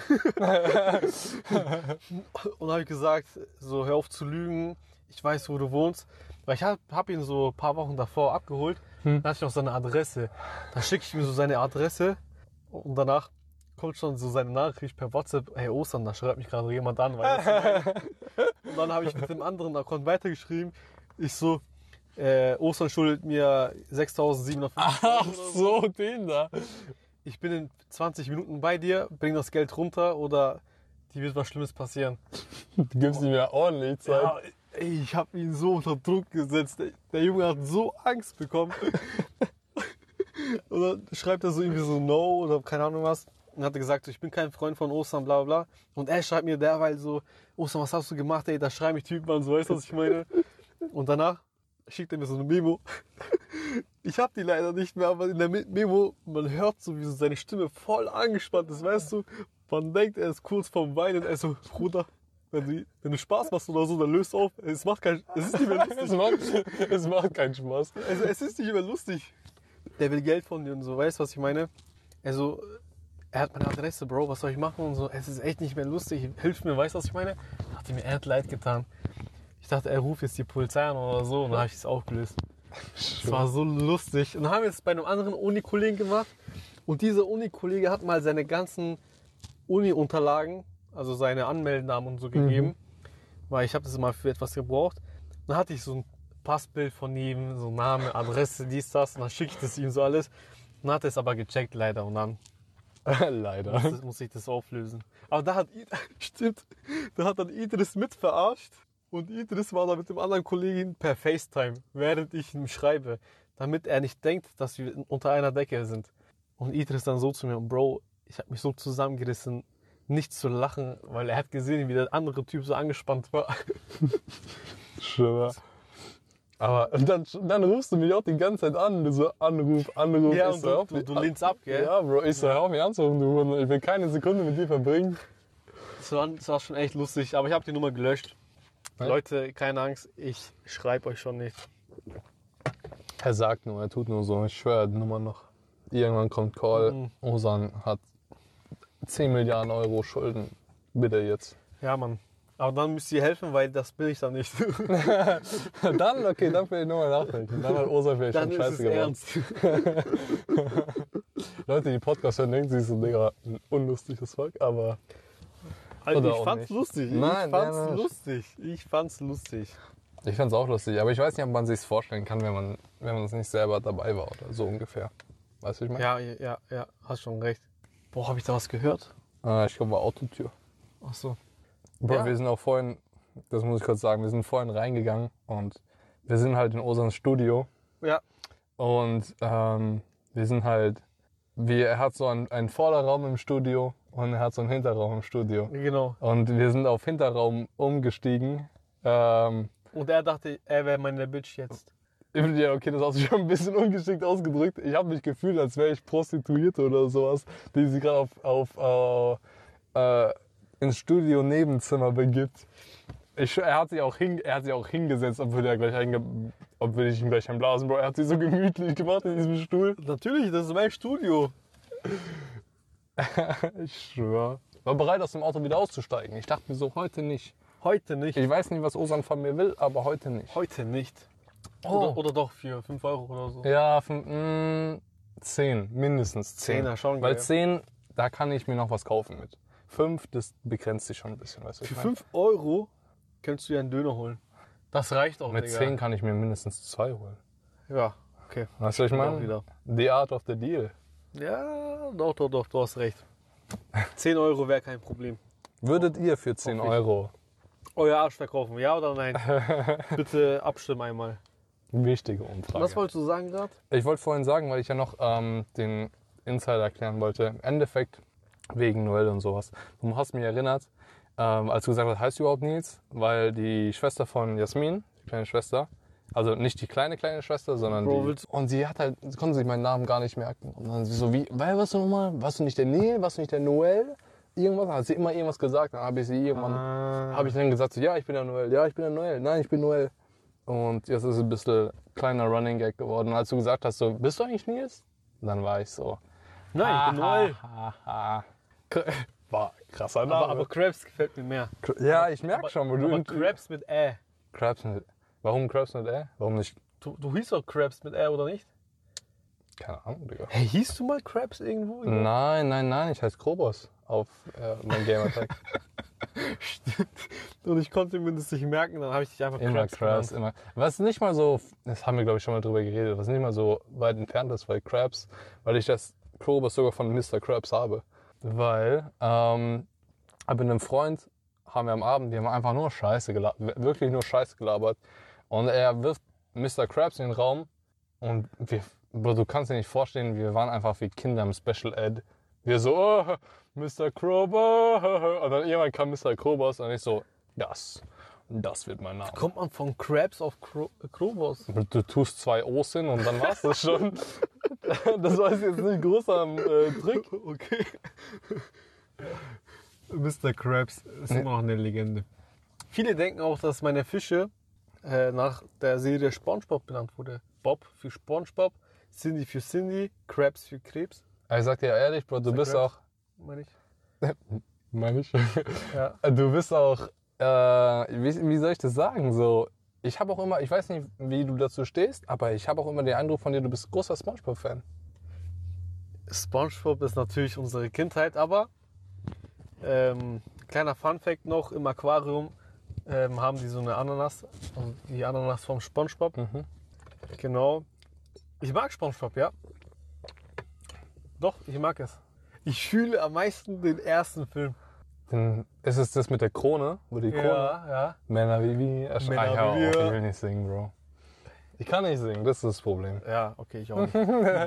S2: Und habe ich gesagt, so hör auf zu lügen, ich weiß, wo du wohnst. Weil ich habe hab ihn so ein paar Wochen davor abgeholt,
S3: Hm.
S2: dann hatte ich noch seine Adresse. Dann schicke ich ihm so seine Adresse und danach kommt schon so seine Nachricht per WhatsApp, hey Osan, da schreibt mich gerade jemand an. Weißt du? Und dann habe ich mit dem anderen Account weitergeschrieben. Ich so, äh, Osan schuldet mir sechstausendsiebenhundertfünfzig
S3: Ach
S2: oder so.
S3: so, den da.
S2: Ich bin in zwanzig Minuten bei dir, bring das Geld runter oder dir wird was Schlimmes passieren.
S3: Du gibst ihm ja ordentlich Zeit.
S2: Ja, ey, ich habe ihn so unter Druck gesetzt. Der, der Junge hat so Angst bekommen. Und dann schreibt er so irgendwie so No oder keine Ahnung was. Und hat er gesagt, so, ich bin kein Freund von Osan, bla bla. Und er schreibt mir derweil so, Osan, was hast du gemacht, ey? Da schreiben mich Typen an, so weißt du, was ich meine? Und danach schickt er mir so eine Memo. Ich hab die leider nicht mehr, aber in der Memo, man hört so, wie so seine Stimme voll angespannt ist, weißt du? Man denkt, er ist kurz vorm Weinen, er ist so, Bruder, wenn du, wenn du Spaß machst oder so, dann löst auf. Es macht kein, es ist nicht mehr lustig.
S3: Es macht, es macht keinen Spaß.
S2: Also es ist nicht mehr lustig. Der will Geld von dir und so, weißt du, was ich meine? Also, er hat meine Adresse, Bro, was soll ich machen? Und so, es ist echt nicht mehr lustig, hilf mir, weißt du, was ich meine? Hat mir, er hat leid getan. Ich dachte, er ruft jetzt die Polizei an oder so und dann habe ich es aufgelöst. Es war so lustig. Und dann haben wir es bei einem anderen Uni-Kollegen gemacht und dieser Uni-Kollege hat mal seine ganzen Uni-Unterlagen, also seine Anmeldenamen und so gegeben, mhm. weil ich habe das mal für etwas gebraucht. Dann hatte ich so ein Passbild von ihm, so Name, Adresse, dies, das und dann schicke ich das ihm so alles. Dann hat er es aber gecheckt leider und dann
S3: leider
S2: muss, muss ich das auflösen. Aber da hat, stimmt, da hat dann Idris mit verarscht. Und Idris war da mit dem anderen Kollegen per FaceTime, während ich ihm schreibe, damit er nicht denkt, dass wir unter einer Decke sind. Und Idris dann so zu mir, Bro, ich habe mich so zusammengerissen, nicht zu lachen, weil er hat gesehen, wie der andere Typ so angespannt war.
S3: Schön. Aber dann, dann rufst du mich auch die ganze Zeit an, du so Anruf, Anruf.
S2: Ja, und du, du, du lehnst ab, gell?
S3: Ja, Bro, ich so, hör auf mich anzurufen, du, ich will keine Sekunde mit dir verbringen.
S2: Das war, das war schon echt lustig, aber ich habe die Nummer gelöscht. Ja. Leute, keine Angst, ich schreibe euch schon nicht.
S3: Er sagt nur, er tut nur so, ich schwöre, die Nummer noch. Irgendwann kommt Call, mhm. Ozan hat zehn Milliarden Euro Schulden. Bitte jetzt.
S2: Ja, Mann. Aber dann müsst ihr helfen, weil das bin ich dann nicht.
S3: Dann, okay, dann will ich nochmal nachdenken. Dann hat Ozan vielleicht
S2: dann
S3: schon scheiße gemacht. Leute, die Podcasts hören, denken sich so, Digga, ein unlustiges Volk, aber...
S2: Also ich fand's nicht. lustig.
S3: Nein,
S2: ich fand's
S3: nein,
S2: lustig. Ich fand's lustig.
S3: Ich fand's auch lustig, aber ich weiß nicht, ob man sich's vorstellen kann, wenn man, wenn man es nicht selber dabei war oder so ungefähr. Weißt du, ich meine?
S2: Ja, ja, ja, hast schon recht. Boah, hab ich da was gehört?
S3: Äh, ich glaube, war Autotür.
S2: Ach so.
S3: Bro,
S2: ja.
S3: wir sind auch vorhin, das muss ich kurz sagen, wir sind vorhin reingegangen und wir sind halt in Ozans Studio.
S2: Ja.
S3: Und ähm, wir sind halt, wie, er hat so einen, einen Vorderraum im Studio und er hat so einen Hinterraum im Studio.
S2: Genau.
S3: Und wir sind auf Hinterraum umgestiegen. Ähm,
S2: und er dachte, er wäre meine Bitch jetzt.
S3: Ja, okay, das hast du schon ein bisschen ungeschickt ausgedrückt. Ich habe mich gefühlt, als wäre ich Prostituierte oder sowas, die sich gerade auf, auf äh, äh, ins Studio Nebenzimmer begibt. Ich, er, hat sich auch hin, er hat sich auch hingesetzt, ob wir, gleich einge, ob wir ich ihm gleich einblasen, Bro. Er hat sich so gemütlich gemacht in diesem Stuhl.
S2: Natürlich, das ist mein Studio.
S3: Ich schwör. War bereit, aus dem Auto wieder auszusteigen. Ich dachte mir so, heute nicht.
S2: Heute nicht.
S3: Ich weiß nicht, was Ozan von mir will, aber heute nicht.
S2: Heute nicht.
S3: Oh.
S2: Oder, oder doch für fünf Euro oder so.
S3: Ja, fünf, mh, zehn, mindestens zehn.
S2: Zehner, schon
S3: Weil
S2: geil.
S3: zehn, da kann ich mir noch was kaufen mit. fünf, das begrenzt sich schon ein bisschen, weißt du.
S2: Für fünf Euro könntest du dir einen Döner holen. Das reicht auch,
S3: Mit
S2: Digga.
S3: zehn kann ich mir mindestens zwei holen.
S2: Ja, okay.
S3: Weißt du, was ich meine?
S2: Wieder.
S3: The art of the deal.
S2: Ja, doch, doch, doch, du hast recht. zehn Euro wäre kein Problem.
S3: Würdet ihr für zehn Euro
S2: euer Arsch verkaufen, ja oder nein? Bitte abstimmen einmal.
S3: Wichtige Umfrage.
S2: Was wolltest du sagen gerade?
S3: Ich wollte vorhin sagen, weil ich ja noch ähm, den Insider erklären wollte. Im Endeffekt wegen Noel und sowas. Du hast mich erinnert, ähm, als du gesagt hast, heißt du überhaupt Nils? Weil die Schwester von Jasmin, die kleine Schwester, also nicht die kleine, kleine Schwester, sondern
S2: Bro,
S3: die... Und sie hat halt, sie konnte sich meinen Namen gar nicht merken. Und dann sie so wie, weil, was du nochmal? Warst du nicht der Neil? Warst du nicht der Noel? Irgendwas, dann hat sie immer irgendwas gesagt. Dann habe ich sie irgendwann,
S2: Ah.
S3: habe ich dann gesagt, so, ja, ich bin der Noel, ja, ich bin der Noel, nein, ich bin Noel. Und jetzt ist es ein bisschen kleiner Running Gag geworden. Und als du gesagt hast, so, bist du eigentlich Nils? Dann war ich so,
S2: Nein, ich bin Noel.
S3: ha, ha. War krasser Name.
S2: Aber, aber Krabs gefällt mir mehr.
S3: ja, ich merke schon, wo du...
S2: Aber Krabs mit Ä.
S3: Krabs mit... Warum Krabs mit Ä? Warum nicht?
S2: Du, du hieß doch Krabs mit Ä, oder nicht?
S3: Keine Ahnung, Digga.
S2: Hey, hieß du mal Krabs irgendwo?
S3: Nein, nein, nein, ich heiße Krobos auf äh, meinem Gamertag.
S2: Stimmt. Und ich konnte mir das nicht merken, dann habe ich dich einfach
S3: Immer
S2: Krabs
S3: Krabs,
S2: genannt.
S3: immer. Was nicht mal so, das haben wir glaube ich schon mal drüber geredet, was nicht mal so weit entfernt ist, weil Krabs, weil ich das Krobos sogar von Mister Krabs habe. Weil, ähm, mit einem Freund haben wir am Abend, die haben einfach nur Scheiße gelabert, wirklich nur Scheiße gelabert. Und er wirft Mister Krabs in den Raum und wir, Bro, du kannst dir nicht vorstellen, wir waren einfach wie Kinder im Special Ed. Wir so, oh, Mister Krobos. Und dann irgendwann kam Mister Krobos und ich so, das, das wird mein Name.
S2: Kommt man von Krabs auf Kro Krobos?
S3: Du tust zwei O's hin und dann war's das schon. Das war jetzt nicht groß am äh, Trick.
S2: Okay. Mister Krabs ist immer noch eine Legende. Viele denken auch, dass meine Fische äh, nach der Serie SpongeBob benannt wurde. Bob für SpongeBob, Cindy für Cindy, Krabs für Krebs.
S3: Aber ich sag dir ehrlich, Bro, du bist auch,
S2: meine ich.
S3: Meine ich.
S2: Ja.
S3: Du bist auch, äh, wie, wie soll ich das sagen, so, ich habe auch immer, ich weiß nicht, wie du dazu stehst, aber ich habe auch immer den Eindruck von dir, du bist großer SpongeBob-Fan.
S2: SpongeBob ist natürlich unsere Kindheit, aber ähm, kleiner Funfact noch, im Aquarium ähm, haben die so eine Ananas, also die Ananas vom SpongeBob.
S3: Mhm.
S2: Genau. Ich mag SpongeBob, ja. Doch, ich mag es. Ich fühle am meisten den ersten Film.
S3: Dann ist es das mit der Krone, wo die Krone,
S2: Ja, ja.
S3: Männer wie wir, ersch-
S2: Männer
S3: ah, hör
S2: wie
S3: auf,
S2: wir.
S3: ich will nicht singen, Bro. Ich kann nicht singen, das ist das Problem.
S2: Ja, okay, ich auch nicht.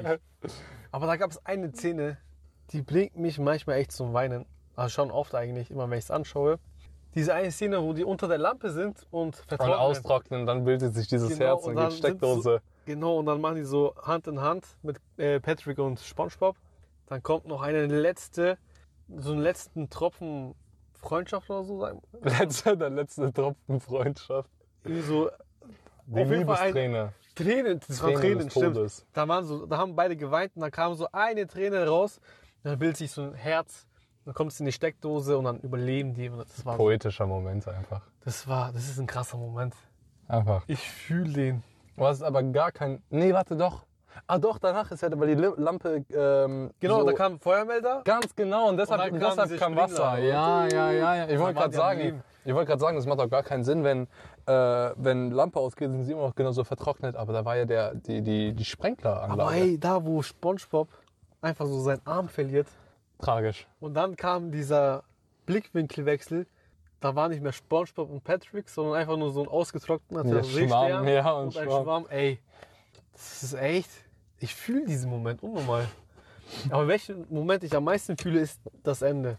S2: Aber da gab es eine Szene, die bringt mich manchmal echt zum Weinen. Also schon oft eigentlich, immer wenn ich es anschaue. Diese eine Szene, wo die unter der Lampe sind und
S3: Und
S2: vertrocknen.
S3: austrocknen, dann bildet sich dieses
S2: Genau,
S3: Herz
S2: und
S3: und
S2: dann
S3: geht
S2: sind
S3: Steckdose.
S2: So, genau, und dann machen die so Hand in Hand mit äh, Patrick und SpongeBob. Dann kommt noch eine letzte, so einen letzten Tropfen Freundschaft oder so. Sagen.
S3: Letzter, der letzte Tropfen Freundschaft.
S2: Irgendwie so,
S3: Die
S2: auf jeden Fall ein,
S3: Liebesträne.
S2: Tränen, das waren
S3: Tränen
S2: Tränen,
S3: des
S2: stimmt.
S3: Todes.
S2: Da, waren so, da haben beide geweint und dann kam so eine Träne raus. Dann bildet sich so ein Herz, dann kommt es in die Steckdose und dann überleben die. Und das war,
S3: Poetischer Moment einfach.
S2: das war, das ist ein krasser Moment.
S3: Einfach.
S2: Ich fühle den.
S3: Du hast aber gar kein... Nee, warte, doch. Ah doch, danach ist ja, weil die Lampe... Ähm,
S2: Genau,
S3: so
S2: da kam ein Feuermelder.
S3: Ganz genau, und deshalb,
S2: Und dann
S3: und
S2: kam
S3: deshalb
S2: diese
S3: kam Wasser.
S2: Springladung.
S3: Ja, ja, ja, ja. Ich wollte
S2: waren
S3: gerade
S2: die am
S3: sagen,
S2: Leben.
S3: ich wollte gerade sagen, das macht auch gar keinen Sinn, wenn, äh, wenn Lampe ausgeht, sind sie immer noch genauso vertrocknet. Aber da war ja der, die, die, die Sprenkleranlage.
S2: Aber hey, da wo SpongeBob einfach so seinen Arm verliert
S3: Tragisch.
S2: und dann kam dieser Blickwinkelwechsel, da war nicht mehr SpongeBob und Patrick, sondern einfach nur so ein ausgetrockneter
S3: Der
S2: Seestern
S3: Schwamm, ja, und
S2: und ein
S3: Schwamm.
S2: Schwamm. Ey, das ist echt, ich fühle diesen Moment unnormal. Aber welchen Moment ich am meisten fühle, ist das Ende,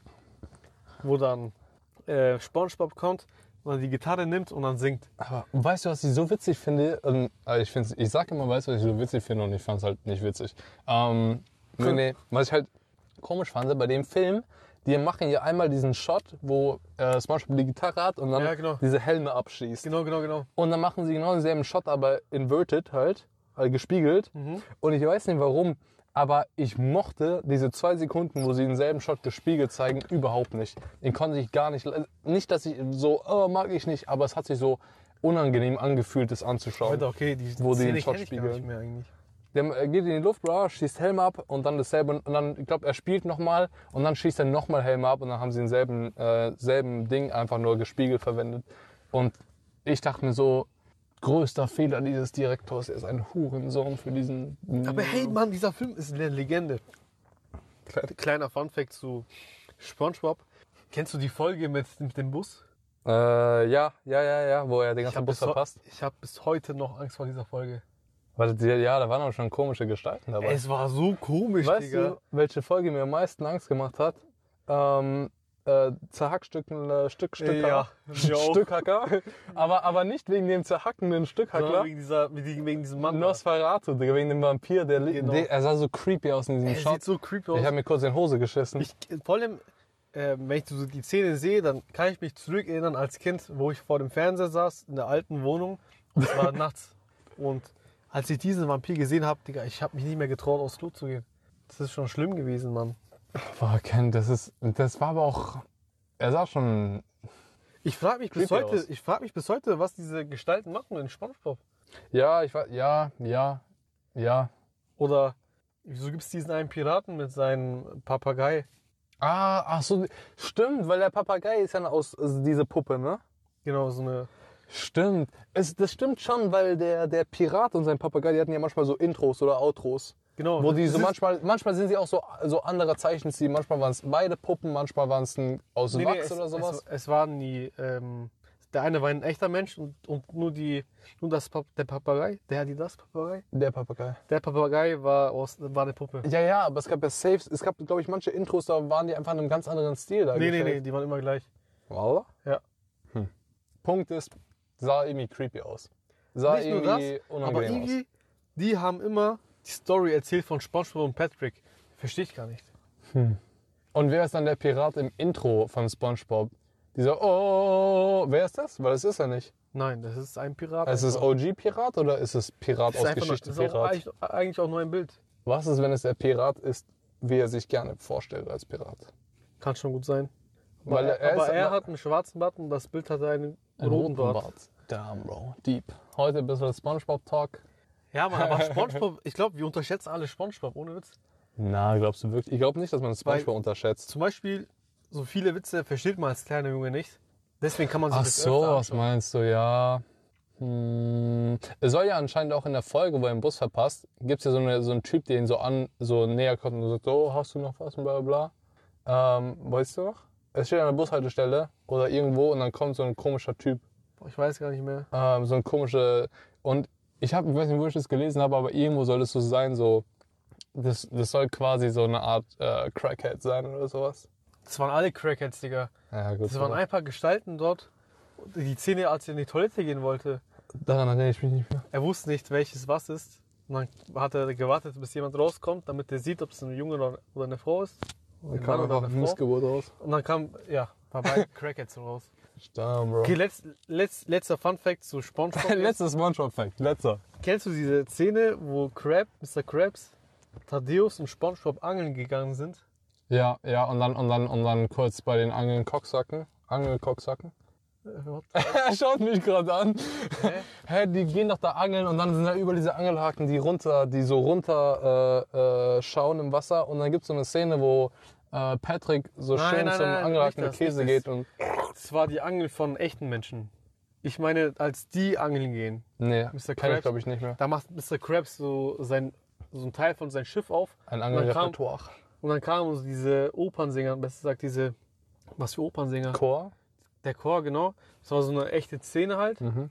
S2: wo dann äh, SpongeBob kommt und dann die Gitarre nimmt und dann singt.
S3: Aber weißt du, was ich so witzig finde? Ähm, also ich find's, ich sag immer, weißt du, was ich so witzig finde, und ich fand es halt nicht witzig. Ähm, nee, nee, was ich halt komisch fand, bei dem Film, die machen ja einmal diesen Shot, wo äh, SpongeBob die Gitarre hat und dann
S2: Ja, genau.
S3: diese Helme abschießt.
S2: Genau, genau, genau.
S3: Und dann machen sie genau denselben Shot, aber inverted halt, halt gespiegelt. Und ich weiß nicht warum, aber ich mochte diese zwei Sekunden, wo sie denselben Shot gespiegelt zeigen, überhaupt nicht. Den konnte ich gar nicht, nicht, dass ich so, oh, mag ich nicht, aber es hat sich so unangenehm angefühlt, das anzuschauen.
S2: Alter, okay, die
S3: Wo die
S2: Szene
S3: den Shot
S2: kenn ich gar
S3: spiegeln.
S2: nicht mehr eigentlich.
S3: Der äh, geht in die Luft, bra, schießt Helm ab und dann dasselbe. Und dann, ich glaube, er spielt nochmal und dann schießt er nochmal Helm ab und dann haben sie denselben äh, selben Ding einfach nur gespiegelt verwendet. Und ich dachte mir so, größter Fehler dieses Direktors, er ist ein Hurensohn für diesen...
S2: Aber hey, Mann, dieser Film ist eine Legende. Kleiner Funfact zu SpongeBob. Kennst du die Folge mit, mit dem Bus?
S3: Äh, ja, ja, ja, ja, wo er den ganzen
S2: hab
S3: Bus
S2: bis, heu-
S3: verpasst.
S2: ich habe bis heute noch Angst vor dieser Folge.
S3: Weil, die- ja, da waren auch schon komische Gestalten dabei.
S2: Es war so komisch,
S3: Weißt
S2: Digga.
S3: du, welche Folge mir am meisten Angst gemacht hat? Ähm, äh, Zerhackstücken, äh, Stück, Stücker.
S2: Ja, mir auch.
S3: Stückhacker. aber, aber nicht wegen dem zerhackenden
S2: Sondern
S3: Stückhacker.
S2: wegen, dieser, wegen wegen diesem Mann.
S3: Nosferatu, Digga, wegen dem Vampir. Der, li-
S2: Genau.
S3: der, er sah so creepy aus in diesem
S2: Er
S3: Shot.
S2: sieht so creepy aus.
S3: Ich habe mir kurz in die Hose geschissen.
S2: Ich, vor allem, äh, wenn ich so die Szene sehe, dann kann ich mich zurückerinnern als Kind, wo ich vor dem Fernseher saß, in der alten Wohnung. Und es war nachts. Und als ich diesen Vampir gesehen habe, Digga, ich habe mich nicht mehr getraut, aufs Klo zu gehen. Das ist schon schlimm gewesen, Mann.
S3: Boah, Ken, das ist, das war aber auch, er sah schon,
S2: Ich frage mich bis
S3: Creepy
S2: heute,
S3: aus.
S2: ich frage mich bis heute, was diese Gestalten machen in SpongeBob.
S3: ja, ich war, ja, ja, ja.
S2: Oder wieso gibt es diesen einen Piraten mit seinem Papagei?
S3: Ah, ach so, stimmt, weil der Papagei ist ja aus, also diese Puppe, ne?
S2: Genau, so eine.
S3: Stimmt. Es, das stimmt schon, weil der, der Pirat und sein Papagei, die hatten ja manchmal so Intros oder Outros.
S2: Genau.
S3: Wo die
S2: das
S3: so
S2: ist-
S3: manchmal, manchmal sind sie auch so, so anderer Zeichenstil. Manchmal waren es beide Puppen, manchmal waren es ein aus
S2: Nee, nee,
S3: Wachs
S2: es,
S3: oder sowas.
S2: Es, es waren die. Ähm, der eine war ein echter Mensch und, und nur die, nur das Pap der Papagei, der hat die das Papagei.
S3: Der Papagei.
S2: Der Papagei war aus, war eine Puppe.
S3: Ja, ja, aber es gab ja Saves, es gab, glaube ich, manche Intros, da waren die einfach in einem ganz anderen Stil da.
S2: Nee, nee, nee, die waren immer gleich.
S3: Wallah?
S2: Ja.
S3: Punkt ist, sah irgendwie creepy aus. Sah
S2: Nicht nur das,
S3: irgendwie
S2: aber
S3: unangenehm aus.
S2: irgendwie, die haben immer die Story erzählt von SpongeBob und Patrick. Verstehe ich gar nicht.
S3: Und wer ist dann der Pirat im Intro von SpongeBob? Dieser, oh, wer ist das? Weil das ist er nicht.
S2: Nein, das ist ein Pirat.
S3: Ist es
S2: einfach.
S3: O G-Pirat oder ist es Pirat
S2: Das ist
S3: aus
S2: einfach nur-
S3: Geschichte
S2: das ist auch
S3: Pirat?
S2: eigentlich, eigentlich auch nur ein Bild.
S3: Was ist, wenn es der Pirat ist, wie er sich gerne vorstellt als Pirat?
S2: Kann schon gut sein. Aber,
S3: Weil
S2: er,
S3: er
S2: aber
S3: ist-
S2: er hat einen schwarzen Bart und das Bild hat einen
S3: Ein
S2: roten Bart.
S3: Damn, Bro. Deep. Heute ein bisschen Spongebob-Talk.
S2: Ja, Mann, aber Spongebob, ich glaube, wir unterschätzen alle Spongebob, ohne Witz.
S3: Na, glaubst du wirklich? Ich glaube nicht, dass man Spongebob
S2: Weil-
S3: unterschätzt.
S2: Zum Beispiel, so viele Witze versteht man als kleiner Junge nicht. Deswegen kann man sich
S3: Ach
S2: das
S3: so,
S2: öfter
S3: was
S2: anschauen.
S3: meinst du, ja. Hm. Es soll ja anscheinend auch in der Folge, wo er den Bus verpasst, gibt es ja so, eine, so einen Typ, der ihn so an, so näher kommt und sagt, oh, hast du noch was und bla bla bla. Ähm, weißt du noch? Es steht an der Bushaltestelle oder irgendwo und dann kommt so ein komischer Typ.
S2: Boah, ich weiß gar nicht mehr.
S3: Ähm, so ein komischer, und ich habe, ich weiß nicht, wo ich das gelesen habe, aber irgendwo soll es so sein, so, das, das soll quasi so eine Art äh, Crackhead sein oder sowas.
S2: Das waren alle Crackheads, Digga.
S3: Ja, gut.
S2: Das waren ein paar Gestalten dort. Die Szene, als er in die Toilette gehen wollte.
S3: Daran erinnere ich mich nicht mehr.
S2: Er wusste nicht, welches was ist. Und dann hat er gewartet, bis jemand rauskommt, damit er sieht, ob es ein Junge oder oder eine Frau ist.
S3: Da
S2: Ein
S3: kam
S2: Mann oder
S3: einfach
S2: eine
S3: eine
S2: Frau.
S3: Missgeburt raus.
S2: Und dann kam, ja, war beide Crackheads raus.
S3: Damn, Bro.
S2: Okay, letz, letz, letzter Fun Fact zu SpongeBob.
S3: Letzter Spongebob-Fact. Letzter.
S2: Kennst du diese Szene, wo Crab, Mister Krabs, Thaddeus und SpongeBob angeln gegangen sind?
S3: Ja, ja, und dann, und dann, und dann kurz bei den Angeln Cocksacken. Angelcocksacken.
S2: Äh, what?
S3: Er schaut mich gerade an.
S2: Hä?
S3: Hä, die gehen doch da angeln und dann sind da über diese Angelhaken, die runter, die so runter äh, äh, schauen im Wasser. Und dann gibt es so eine Szene, wo äh, Patrick so
S2: Nein,
S3: schön
S2: nein,
S3: zum
S2: nein,
S3: angehackten
S2: nicht das,
S3: Käse
S2: nicht
S3: geht
S2: das.
S3: und.
S2: Das war die Angel von echten Menschen. Ich meine, als die angeln gehen,
S3: Nee,
S2: Mister
S3: kenn ich
S2: Krabs.
S3: glaube ich nicht mehr.
S2: da macht Mister Krabs so, sein, so ein Teil von seinem Schiff auf.
S3: Ein
S2: Und dann kam-
S3: Angelrepertoire.
S2: Und dann kamen so diese Opernsänger, besser gesagt diese, was für Opernsänger?
S3: Chor?
S2: Der Chor, genau. Das war so eine echte Szene halt.
S3: Mhm.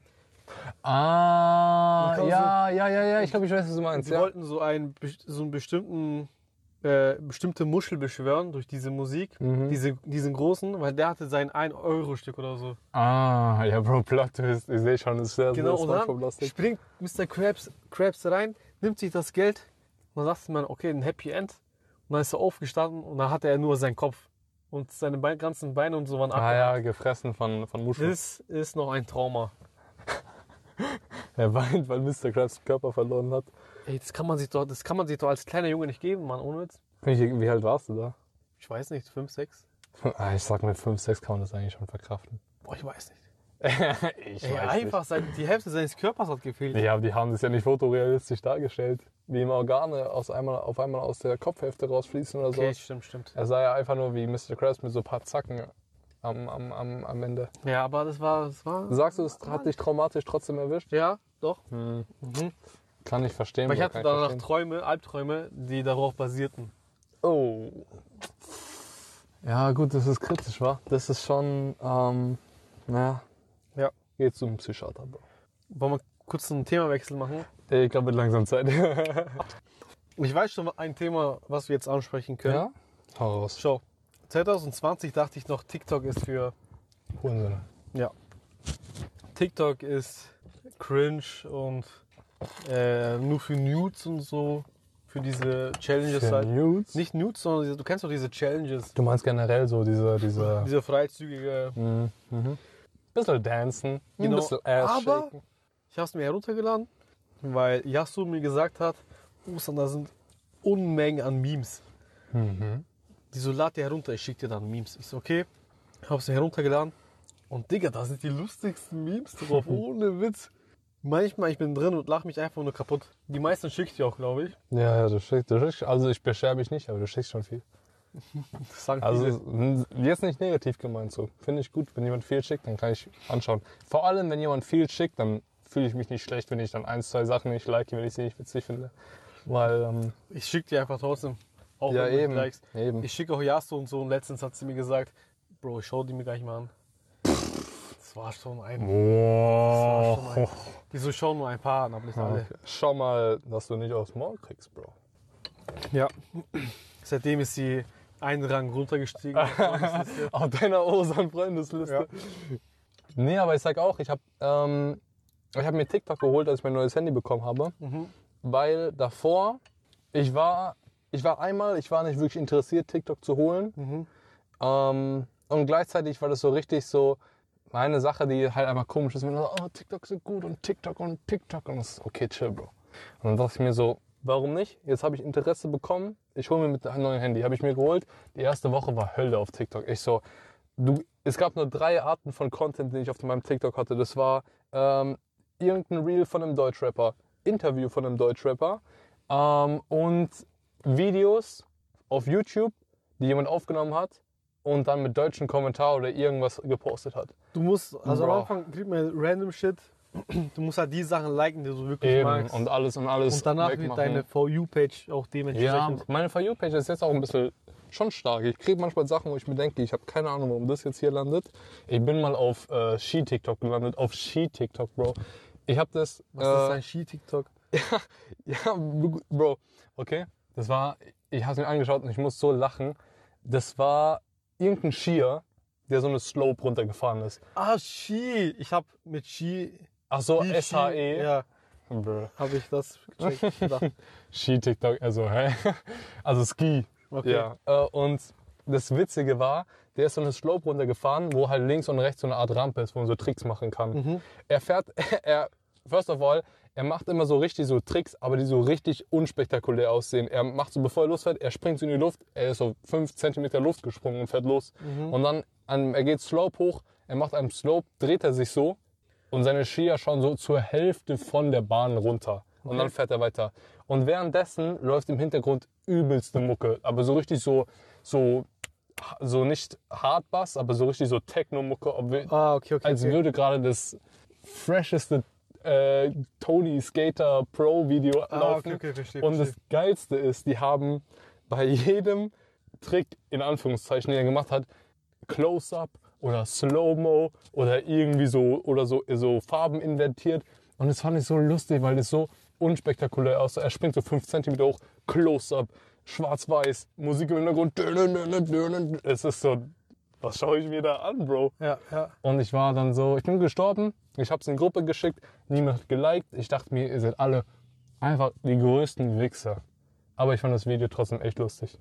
S3: Ah,
S2: Man kann
S3: ja, ja, ja, ja, ich glaube, ich weiß, was du
S2: Und
S3: meinst.
S2: sie
S3: Ja.
S2: wollten so einen, best- so einen bestimmten, äh, bestimmte Muschel beschwören durch diese Musik.
S3: Mhm.
S2: Diese, diesen großen, weil der hatte sein ein Euro Stück oder so.
S3: Ah, ja, Bro, Plot Twist. Ich sehe schon, das ist sehr,
S2: Genau,
S3: sehr
S2: und dann
S3: SpongeBob-lastig.
S2: springt Mister Krabs, Krabs rein, nimmt sich das Geld und dann sagt man, okay, ein Happy End. Und dann ist er aufgestanden und dann hatte er nur seinen Kopf. Und seine Beine, ganzen Beine und so waren
S3: Ah
S2: abgehakt.
S3: ja, gefressen von, von Muscheln.
S2: Das ist noch ein Trauma.
S3: Er weint, weil Mister Krabs den Körper verloren hat.
S2: Ey, das kann man sich doch, das kann man sich doch als kleiner Junge nicht geben, Mann, ohne Witz.
S3: Wie, wie alt warst du da?
S2: Ich weiß nicht, fünf, sechs?
S3: Ah, ich sag, mit fünf, sechs kann man das eigentlich schon verkraften.
S2: Boah, ich weiß nicht.
S3: ich
S2: Ey, einfach, sein, die Hälfte seines Körpers hat gefehlt.
S3: Ja, aber die haben das ja nicht fotorealistisch dargestellt. Wie ihm Organe aus einmal, auf einmal aus der Kopfhälfte rausfließen oder
S2: Okay,
S3: so.
S2: stimmt, stimmt.
S3: Er sah ja einfach nur wie Mister Krabs mit so ein paar Zacken am, am, am, am Ende.
S2: Ja, aber das war, das war.
S3: Sagst du, es hat dich traumatisch trotzdem erwischt?
S2: Ja, doch.
S3: Hm.
S2: Mhm.
S3: Kann ich verstehen.
S2: Weil ich
S3: Bro,
S2: hatte
S3: kann
S2: danach
S3: verstehen.
S2: Träume, Albträume, die darauf basierten.
S3: Oh. Ja, gut, das ist kritisch, wa? Das ist schon, ähm, naja.
S2: Ja.
S3: Geht zum Psychiater, Bro.
S2: Wollen wir kurz einen Themawechsel machen?
S3: Ich glaube, wird langsam Zeit.
S2: Ich weiß schon ein Thema, was wir jetzt ansprechen können.
S3: Ja? Hau raus.
S2: Schau, zwanzig zwanzig dachte ich noch, TikTok ist für.
S3: Hurensohn.
S2: Ja. TikTok ist cringe und äh, nur für Nudes und so. Für diese Challenges
S3: Für
S2: halt.
S3: Nudes?
S2: Nicht Nudes, sondern diese, du kennst doch diese Challenges.
S3: Du meinst generell so diese, diese...
S2: Diese freizügige.
S3: Mhm. Mhm. Bisschen dancen,
S2: Genau.
S3: ein bisschen Ass
S2: Aber
S3: shaken.
S2: ich habe es mir heruntergeladen, weil Yasu mir gesagt hat, Ostern, da sind Unmengen an Memes.
S3: Mhm.
S2: Die so, lad dir herunter, ich schick dir dann Memes. Ich so, okay, hab's mir heruntergeladen. Und Digga, da sind die lustigsten Memes drauf, ohne Witz. Manchmal, ich bin drin und lach mich einfach nur kaputt. Die meisten schicke ich dir auch, glaube ich.
S3: Ja, ja, du schickst, du schickst, also ich beschwer mich nicht, aber du schickst schon viel.
S2: Das sagen
S3: Also
S2: viele.
S3: jetzt nicht negativ gemeint so. Finde ich gut, wenn jemand viel schickt, dann kann ich anschauen. Vor allem, wenn jemand viel schickt, dann fühle ich mich nicht schlecht, wenn ich dann ein, zwei Sachen nicht like, wenn ich sie nicht witzig finde. Weil, ähm,
S2: Ich schicke dir einfach trotzdem. Auch
S3: ja
S2: wenn du nicht
S3: eben,
S2: likest.
S3: eben.
S2: Ich schicke auch Yasu und so und letztens hat sie mir gesagt, Bro, ich schau die mir gleich mal an. Das war schon ein... Das war schon ein
S3: Wow.
S2: Wieso schauen nur ein paar an, aber nicht alle.
S3: Okay. Schau mal, dass du nicht aufs Maul kriegst, Bro.
S2: Ja. Seitdem ist sie einen Rang runtergestiegen. auf der Freundesliste.
S3: Auf deiner Osan-Freundesliste. Nee, aber ich sag auch, ich habe ähm, ich hab mir TikTok geholt, als ich mein neues Handy bekommen habe.
S2: Mhm.
S3: Weil davor, ich war, ich war einmal, ich war nicht wirklich interessiert, TikTok zu holen.
S2: Mhm.
S3: Ähm, und gleichzeitig war das so richtig so meine Sache, die halt einfach komisch ist. Wenn man so, oh, TikTok ist so gut und TikTok und TikTok und das ist okay, chill, Bro. Und dann dachte ich mir so, warum nicht? Jetzt habe ich Interesse bekommen. Ich hole mir mit einem neuen Handy. Habe ich mir geholt. Die erste Woche war Hölle auf TikTok. Ich so, du, es gab nur drei Arten von Content, den ich auf meinem TikTok hatte. Das war ähm, irgendein Reel von einem Deutschrapper, Interview von einem Deutschrapper ähm, und Videos auf YouTube, die jemand aufgenommen hat und dann mit deutschen Kommentar oder irgendwas gepostet hat.
S2: Du musst, also
S3: Bro.
S2: am Anfang kriegt man random Shit. Du musst halt die Sachen liken, die du wirklich
S3: Eben,
S2: magst.
S3: und alles und alles
S2: Und danach wird
S3: wegmachen.
S2: deine For You-Page auch
S3: Ja,
S2: dementsprechend.
S3: meine For You-Page ist jetzt auch ein bisschen schon stark. Ich kriege manchmal Sachen, wo ich mir denke, ich habe keine Ahnung, warum das jetzt hier landet. Ich bin mal auf äh, Ski-TikTok gelandet, auf Ski-TikTok, Bro. Ich habe das...
S2: Was
S3: äh,
S2: ist dein Ski-TikTok?
S3: Ja, Bro, okay. Das war, ich habe es mir angeschaut und ich muss so lachen. Das war irgendein Skier, der so eine Slope runtergefahren ist.
S2: Ah, Ski. Ich habe mit Ski...
S3: Ach so,
S2: Ski-
S3: S H E.
S2: Ja,
S3: Bro.
S2: habe ich das gecheckt. gedacht.
S3: Ski-TikTok, also, hä? Also Ski.
S2: Okay.
S3: Ja. Äh, und das Witzige war, der ist so eine Slope runtergefahren, wo halt links und rechts so eine Art Rampe ist, wo man so Tricks machen kann.
S2: Mhm.
S3: Er fährt, er, first of all, er macht immer so richtig so Tricks, aber die so richtig unspektakulär aussehen. Er macht so, bevor er losfährt, er springt so in die Luft, er ist so fünf Zentimeter Luft gesprungen und fährt los.
S2: Mhm.
S3: Und dann, an, er geht Slope hoch, er macht einen Slope, dreht er sich so und seine Skier schauen so zur Hälfte von der Bahn runter. Und
S2: Okay.
S3: dann fährt er weiter. Und währenddessen läuft im Hintergrund übelste Mucke, aber so richtig so, so, so nicht Hardbass, aber so richtig so Techno-Mucke, ob wir-
S2: Ah, okay, okay.
S3: als
S2: okay.
S3: würde gerade das fresheste äh, Tony Skater Pro Video
S2: Ah,
S3: laufen.
S2: okay, okay, verstehe,
S3: Und das
S2: verstehe.
S3: Geilste ist, die haben bei jedem Trick, in Anführungszeichen, den er gemacht hat, Close-Up oder Slow-Mo oder irgendwie so, oder so, so Farben invertiert. Und das fand ich so lustig, weil das so unspektakulär aussah. Er springt so fünf Zentimeter hoch, Close-Up, schwarz-weiß, Musik im Hintergrund. Es ist so, was schaue ich mir da an, Bro?
S2: Ja, ja.
S3: Und ich war dann so, ich bin gestorben, ich habe es in die Gruppe geschickt, niemand hat geliked. Ich dachte mir, ihr seid alle einfach die größten Wichser. Aber ich fand das Video trotzdem echt lustig.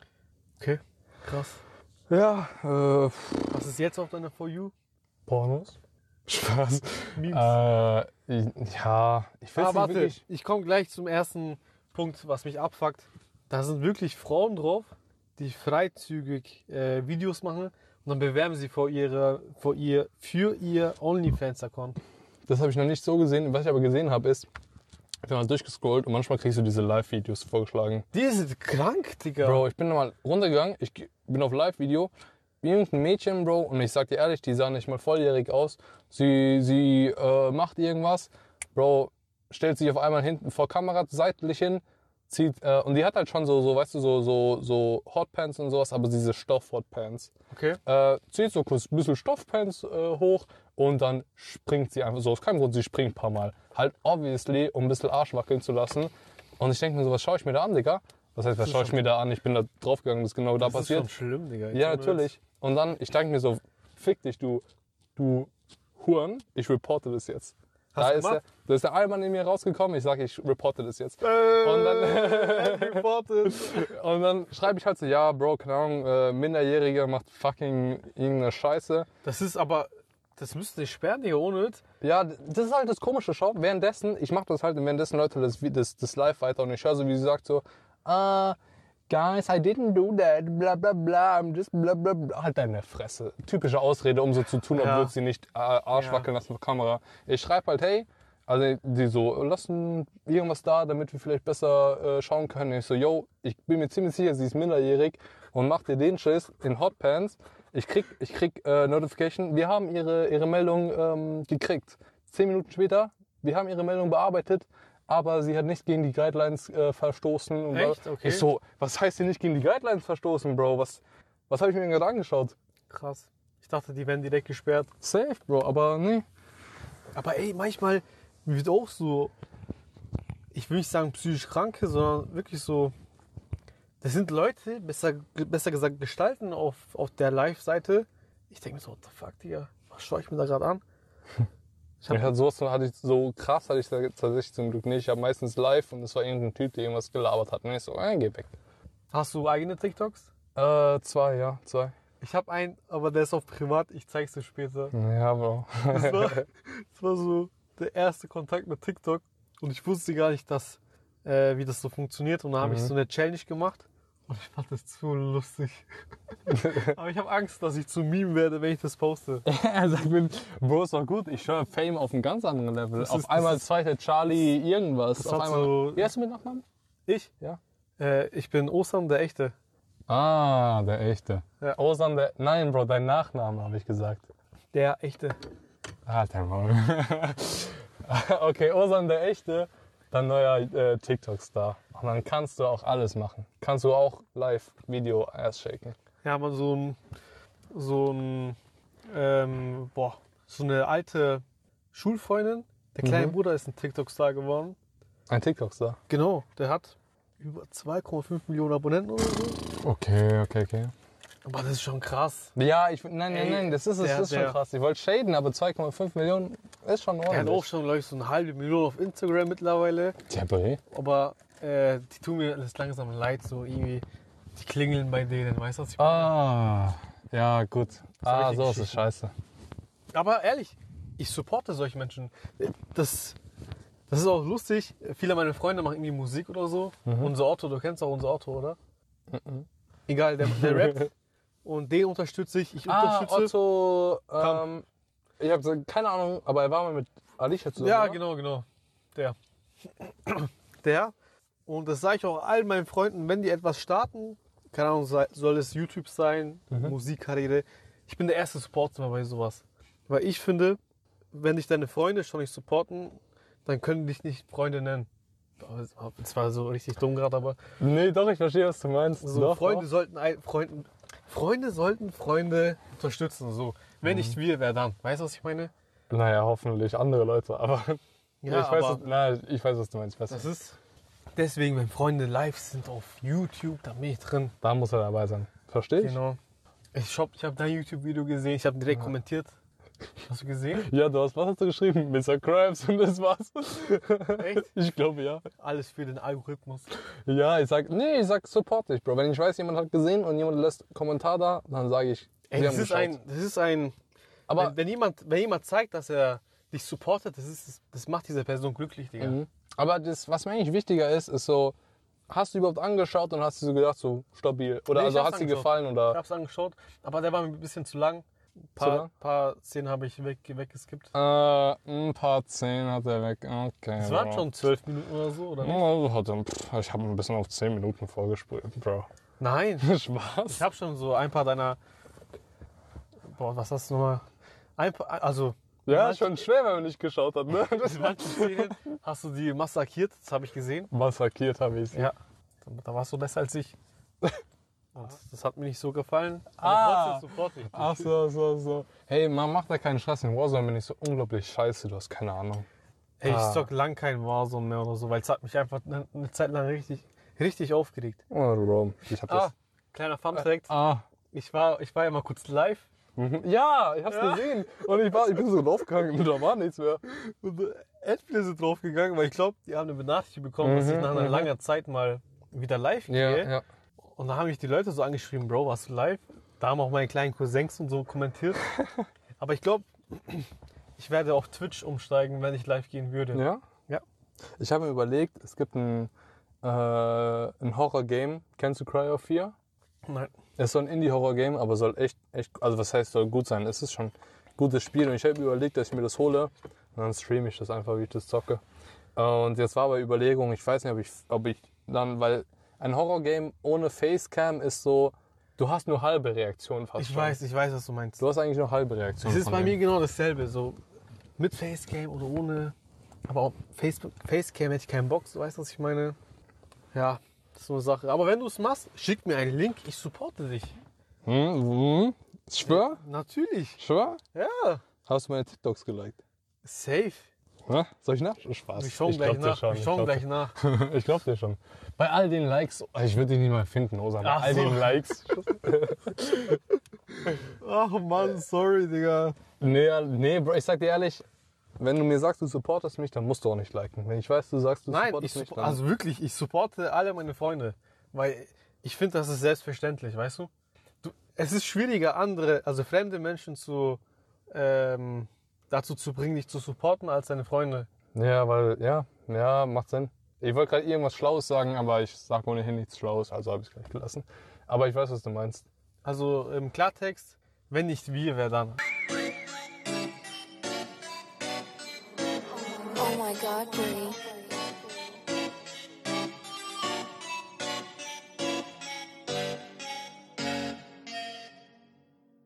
S2: Okay, krass.
S3: Ja, äh,
S2: Was ist jetzt auf deiner For You?
S3: Pornos? Spaß.
S2: Memes.
S3: Äh, ich- ja, ich will
S2: Ah,
S3: nicht
S2: warte,
S3: wirklich...
S2: ich komme gleich zum ersten Punkt, was mich abfuckt. Da sind wirklich Frauen drauf, die freizügig äh, Videos machen und dann bewerben sie vor ihre, vor ihr, für ihr OnlyFans-Account.
S3: Das habe ich noch nicht so gesehen. Was ich aber gesehen habe, ist, ich bin mal durchgescrollt und manchmal kriegst du diese Live-Videos vorgeschlagen.
S2: Die sind krank, Digga.
S3: Bro, ich bin mal runtergegangen, ich ge- bin auf Live-Video, irgendein Mädchen, Bro, und ich sag dir ehrlich, die sah nicht mal volljährig aus. Sie, sie äh, macht irgendwas, Bro, stellt sich auf einmal hinten vor Kamera seitlich hin, zieht, äh, und die hat halt schon so, so, weißt du, so, so, so Hotpants und sowas, aber diese Stoff-Hotpants.
S2: Okay.
S3: Äh, zieht so kurz ein bisschen Stoffpants äh, hoch und dann springt sie einfach so. Aus keinem Grund, sie springt ein paar Mal. Halt obviously, um ein bisschen Arsch wackeln zu lassen. Und ich denke mir so, was schaue ich mir da an, Digga? Was heißt, was schaue ich mir da an? Ich bin da draufgegangen, das ist genau da
S2: Das ist
S3: passiert.
S2: schon schlimm, Digga.
S3: Ja, natürlich. Und dann, ich denke mir so, fick dich, du, du Huren, ich reporte das jetzt.
S2: Hast
S3: Da
S2: du
S3: ist, der,
S2: gemacht?
S3: da ist der Allmann in mir rausgekommen, ich sage, ich reporte das jetzt.
S2: Äh,
S3: Und dann,
S2: reported.
S3: und dann schreibe ich halt so, ja, Bro, keine Ahnung, äh, Minderjähriger macht fucking irgendeine Scheiße.
S2: Das ist aber, das müsste nicht sperren, Digga, ohne es.
S3: Ja, das ist halt das Komische, schau, währenddessen, ich mache das halt, und währenddessen Leute das, das, das live weiter und ich höre so, wie sie sagt so, ah, guys, I didn't do that, bla bla bla, I'm just bla bla bla. Halt deine Fresse. Typische Ausrede, um so zu tun,
S2: Ja.
S3: obwohl sie nicht äh, Arsch
S2: Ja.
S3: wackeln lassen vor Kamera. Ich schreibe halt, hey, also die so, lassen irgendwas da, damit wir vielleicht besser äh, schauen können. Ich so, yo, ich bin mir ziemlich sicher, sie ist minderjährig und macht dir den Schiss in Hotpants. Ich krieg, ich krieg äh, Notification, wir haben ihre, ihre Meldung ähm, gekriegt. Zehn Minuten später, wir haben ihre Meldung bearbeitet, aber sie hat nicht gegen die Guidelines äh, verstoßen. Und
S2: Echt? Okay.
S3: Ich so, was heißt hier nicht gegen die Guidelines verstoßen, Bro? Was, was habe ich mir denn gerade angeschaut?
S2: Krass. Ich dachte, die werden direkt gesperrt.
S3: Safe, Bro, aber nee.
S2: Aber ey, manchmal wird auch so, ich will nicht sagen psychisch Kranke, sondern wirklich so, das sind Leute, besser, besser gesagt Gestalten auf, auf der Live-Seite. Ich denke mir so, what the fuck, Digga, was schaue ich mir da gerade an? Ich hab,
S3: Ich hatte sowas hatte ich so krass hatte ich da tatsächlich zum Glück nicht. Ich habe meistens live und es war irgendein Typ, der irgendwas gelabert hat. Und ich so, äh, geh weg.
S2: Hast du eigene TikToks?
S3: Äh, zwei, ja, zwei.
S2: Ich habe einen, aber der ist auf privat, ich zeig's dir später.
S3: Ja, Bro.
S2: Das war, das war so der erste Kontakt mit TikTok und ich wusste gar nicht, dass äh, wie das so funktioniert. Und da habe
S3: Mhm.
S2: ich so eine Challenge gemacht. Und ich fand das zu lustig. Aber ich habe Angst, dass ich zu Meme werde, wenn ich das poste.
S3: Er sagt mir, Bro, ist doch gut, ich höre Fame auf einem ganz anderen Level.
S2: Das
S3: auf
S2: ist-
S3: einmal
S2: das ist-
S3: zweiter Charlie irgendwas.
S2: das
S3: Auf
S2: hat
S3: einmal,
S2: so-
S3: wie heißt du mit Nachnamen?
S2: Ich?
S3: Ja.
S2: Äh, ich bin Osam, der Echte.
S3: Ah, der Echte.
S2: Ja.
S3: Osan, der, nein, Bro, dein Nachname, habe ich gesagt.
S2: Der Echte.
S3: Alter, Mann. Okay, Osan, der Echte, dein neuer äh, TikTok-Star. Und dann kannst du auch alles machen. Kannst du auch Live-Video ass shaken.
S2: Ja, man so ein, so ein, ähm, boah, so eine alte Schulfreundin. Der kleine
S3: Mhm.
S2: Bruder ist ein TikTok-Star geworden.
S3: Ein TikTok-Star.
S2: Genau, der hat über zwei Komma fünf Millionen Abonnenten oder so.
S3: Okay, okay, okay.
S2: Aber das ist schon krass.
S3: Ja, ich, nein, nein,
S2: Ey,
S3: nein, das ist, es,
S2: der-
S3: das ist schon
S2: der-
S3: krass. Ich wollte shaden, aber zwei Komma fünf Millionen ist schon
S2: Er hat auch
S3: ordentlich.
S2: schon, glaube ich, so eine halbe Million auf Instagram mittlerweile.
S3: Ja, Bre.
S2: Aber äh, die tun mir das langsam leid, so irgendwie. Die klingeln bei denen, weißt du, was ich meine?
S3: Ah, ja, gut. Ah,
S2: solche
S3: so ist es
S2: Geschichten.
S3: scheiße.
S2: Aber ehrlich, ich supporte solche Menschen. Das, das ist auch lustig. Viele meiner Freunde machen irgendwie Musik oder so. Unser Otto, du kennst auch unser Otto, oder? Egal, der, der rappt. Und den unterstütze ich. Ich
S3: Ah,
S2: unterstütze.
S3: Otto,
S2: Kamp.
S3: ähm, ich habe so, keine Ahnung, aber er war mal mit Alicia zusammen.
S2: Ja,
S3: oder?
S2: genau, genau. Der. Der. Und das sage ich auch allen meinen Freunden, wenn die etwas starten, keine Ahnung, sei- soll es YouTube sein, Musikkarriere. Ich bin der erste Supporter bei sowas. Weil ich finde, wenn dich deine Freunde schon nicht supporten, dann können die dich nicht Freunde nennen. Das war so richtig dumm gerade, aber
S3: Nee, doch, ich verstehe, was du meinst.
S2: so
S3: doch,
S2: Freunde
S3: doch.
S2: sollten ein, Freunden, Freunde sollten Freunde unterstützen. So. Wenn nicht wir, wer dann? Weißt du, was ich meine?
S3: Naja, hoffentlich andere Leute, aber
S2: Ja,
S3: ich, weiß,
S2: aber
S3: was, na, ich weiß, was du meinst. Ich weiß,
S2: das ist deswegen, wenn Freunde live sind auf YouTube, da bin ich drin.
S3: da muss er dabei sein. Verstehe ich?
S2: Genau. Ich hab, ich hab dein YouTube-Video gesehen, ich habe direkt kommentiert. Hast du gesehen?
S3: Ja, du hast, was hast du geschrieben? Mister Krabs und das war's.
S2: Echt?
S3: Ich glaube, ja.
S2: Alles für den Algorithmus.
S3: Ja, ich sag, nee, ich sag support dich, Bro. Wenn ich weiß, jemand hat gesehen und jemand lässt Kommentar da, dann sage ich,
S2: Ey,
S3: sie
S2: das
S3: haben
S2: ist
S3: geschaut.
S2: ein, das ist ein,
S3: Aber
S2: wenn, wenn jemand, wenn jemand zeigt, dass er dich supportet, das ist, das macht diese Person glücklich, Digga.
S3: Mhm. Aber das, was mir eigentlich wichtiger ist, ist so, hast du überhaupt angeschaut und hast du so gedacht, so stabil? Oder
S2: Nee, ich
S3: also
S2: hab's
S3: hat sie
S2: angeschaut.
S3: gefallen
S2: Ich
S3: oder?
S2: hab's angeschaut, aber der war mir ein bisschen zu lang. Ein
S3: Zu
S2: paar,
S3: lang?
S2: paar Szenen habe ich weg, weggeskippt.
S3: Äh, ein paar zehn hat er weg. Okay.
S2: Das waren
S3: Bro.
S2: schon zwölf Minuten oder so, oder nicht?
S3: Ja, hat er, pff, ich habe ein bisschen auf zehn Minuten vorgespult, Bro.
S2: Nein,
S3: Spaß.
S2: ich habe schon so ein paar deiner, boah, was hast du nochmal? Ein paar, also,
S3: Ja,
S2: manche-
S3: schon schwer, wenn man nicht geschaut hat, ne?
S2: manche Szenen hast du die massakriert, das habe ich gesehen.
S3: Massakriert habe ich sie.
S2: Ja, da warst du besser als ich. Und das hat mir nicht so gefallen.
S3: Ah.
S2: trotzdem sofort ich.
S3: Ach so, so, so. Hey, man macht da keinen Stress. In Warzone bin ich so unglaublich scheiße, du hast keine Ahnung.
S2: Ey, ich
S3: Ah.
S2: zock lang kein Warzone mehr oder so, weil es hat mich einfach eine eine Zeit lang richtig, richtig aufgeregt.
S3: Oh, Bro. Ich hab
S2: Ah,
S3: das.
S2: kleiner Fun-Fact.
S3: Ah.
S2: Ich war, ich war ja mal kurz live.
S3: Mhm. Ja, ich hab's
S2: Ja.
S3: gesehen. Und ich, war, ich bin so draufgegangen und da war nichts mehr.
S2: Und äh, Endspiele sind draufgegangen, weil ich glaube, die haben eine Benachrichtigung bekommen, dass ich
S3: Mhm,
S2: nach einer
S3: mhm.
S2: langer Zeit mal wieder live gehe.
S3: Ja, ja.
S2: Und da haben mich die Leute so angeschrieben, Bro, warst du live? Da haben auch meine kleinen Cousins und so kommentiert. Aber ich glaube, ich werde auf Twitch umsteigen, wenn ich live gehen würde.
S3: Ja?
S2: Ja.
S3: Ich habe mir überlegt, es gibt ein, äh, ein Horror-Game. Kennst du Cry of Fear?
S2: Nein.
S3: Ist so ein Indie-Horror-Game, aber soll echt, echt, also was heißt, soll gut sein. Es ist schon ein gutes Spiel und ich habe mir überlegt, dass ich mir das hole und dann streame ich das einfach, wie ich das zocke. Und jetzt war aber Überlegung, ich weiß nicht, ob ich, ob ich dann, weil ein Horror-Game ohne Facecam ist so, du hast nur halbe Reaktion fast
S2: Ich
S3: schon.
S2: weiß, ich weiß, was du meinst.
S3: Du hast eigentlich nur halbe Reaktion.
S2: Es ist
S3: von
S2: bei
S3: dem.
S2: mir genau dasselbe, so mit Facecam oder ohne. Aber auch Facebook, Facecam hätte ich keinen Bock, so weißt du, was ich meine? Ja, das ist so eine Sache. Aber wenn du es machst, schick mir einen Link, ich supporte dich.
S3: Hm, hm. Schwör?
S2: Natürlich.
S3: Schwör?
S2: Ja,
S3: Hast du meine TikToks geliked?
S2: safe.
S3: Ja? Soll ich nach? Spaß.
S2: Wir schauen
S3: Ich
S2: gleich
S3: glaub dir
S2: nach.
S3: schon,
S2: Wir
S3: ich
S2: schauen
S3: glaub
S2: gleich
S3: dir.
S2: nach.
S3: Ich glaub dir schon. Bei all den Likes, oh, ich würde dich nicht mal finden, Osa. Bei
S2: Ach
S3: all
S2: so.
S3: den Likes.
S2: Ach Mann, sorry, Digga.
S3: Nee, nee, Bro, ich sag dir ehrlich, wenn du mir sagst, du supportest mich, dann musst du auch nicht liken. Wenn ich weiß, du sagst, du
S2: Nein, ich
S3: supportest mich,
S2: suppo-
S3: dann...
S2: also wirklich, ich supporte alle meine Freunde. Weil ich finde, das ist selbstverständlich, weißt du? du? Es ist schwieriger, andere, also fremde Menschen zu, ähm, dazu zu bringen, dich zu supporten, als deine Freunde.
S3: Ja, weil, ja, ja, macht Sinn. Ich wollte gerade irgendwas Schlaues sagen, aber ich sage ohnehin nichts Schlaues, also habe ich es gleich gelassen. Aber ich weiß, was du meinst.
S2: Also im Klartext, wenn nicht wir, wer dann?
S4: Oh my God, Brie.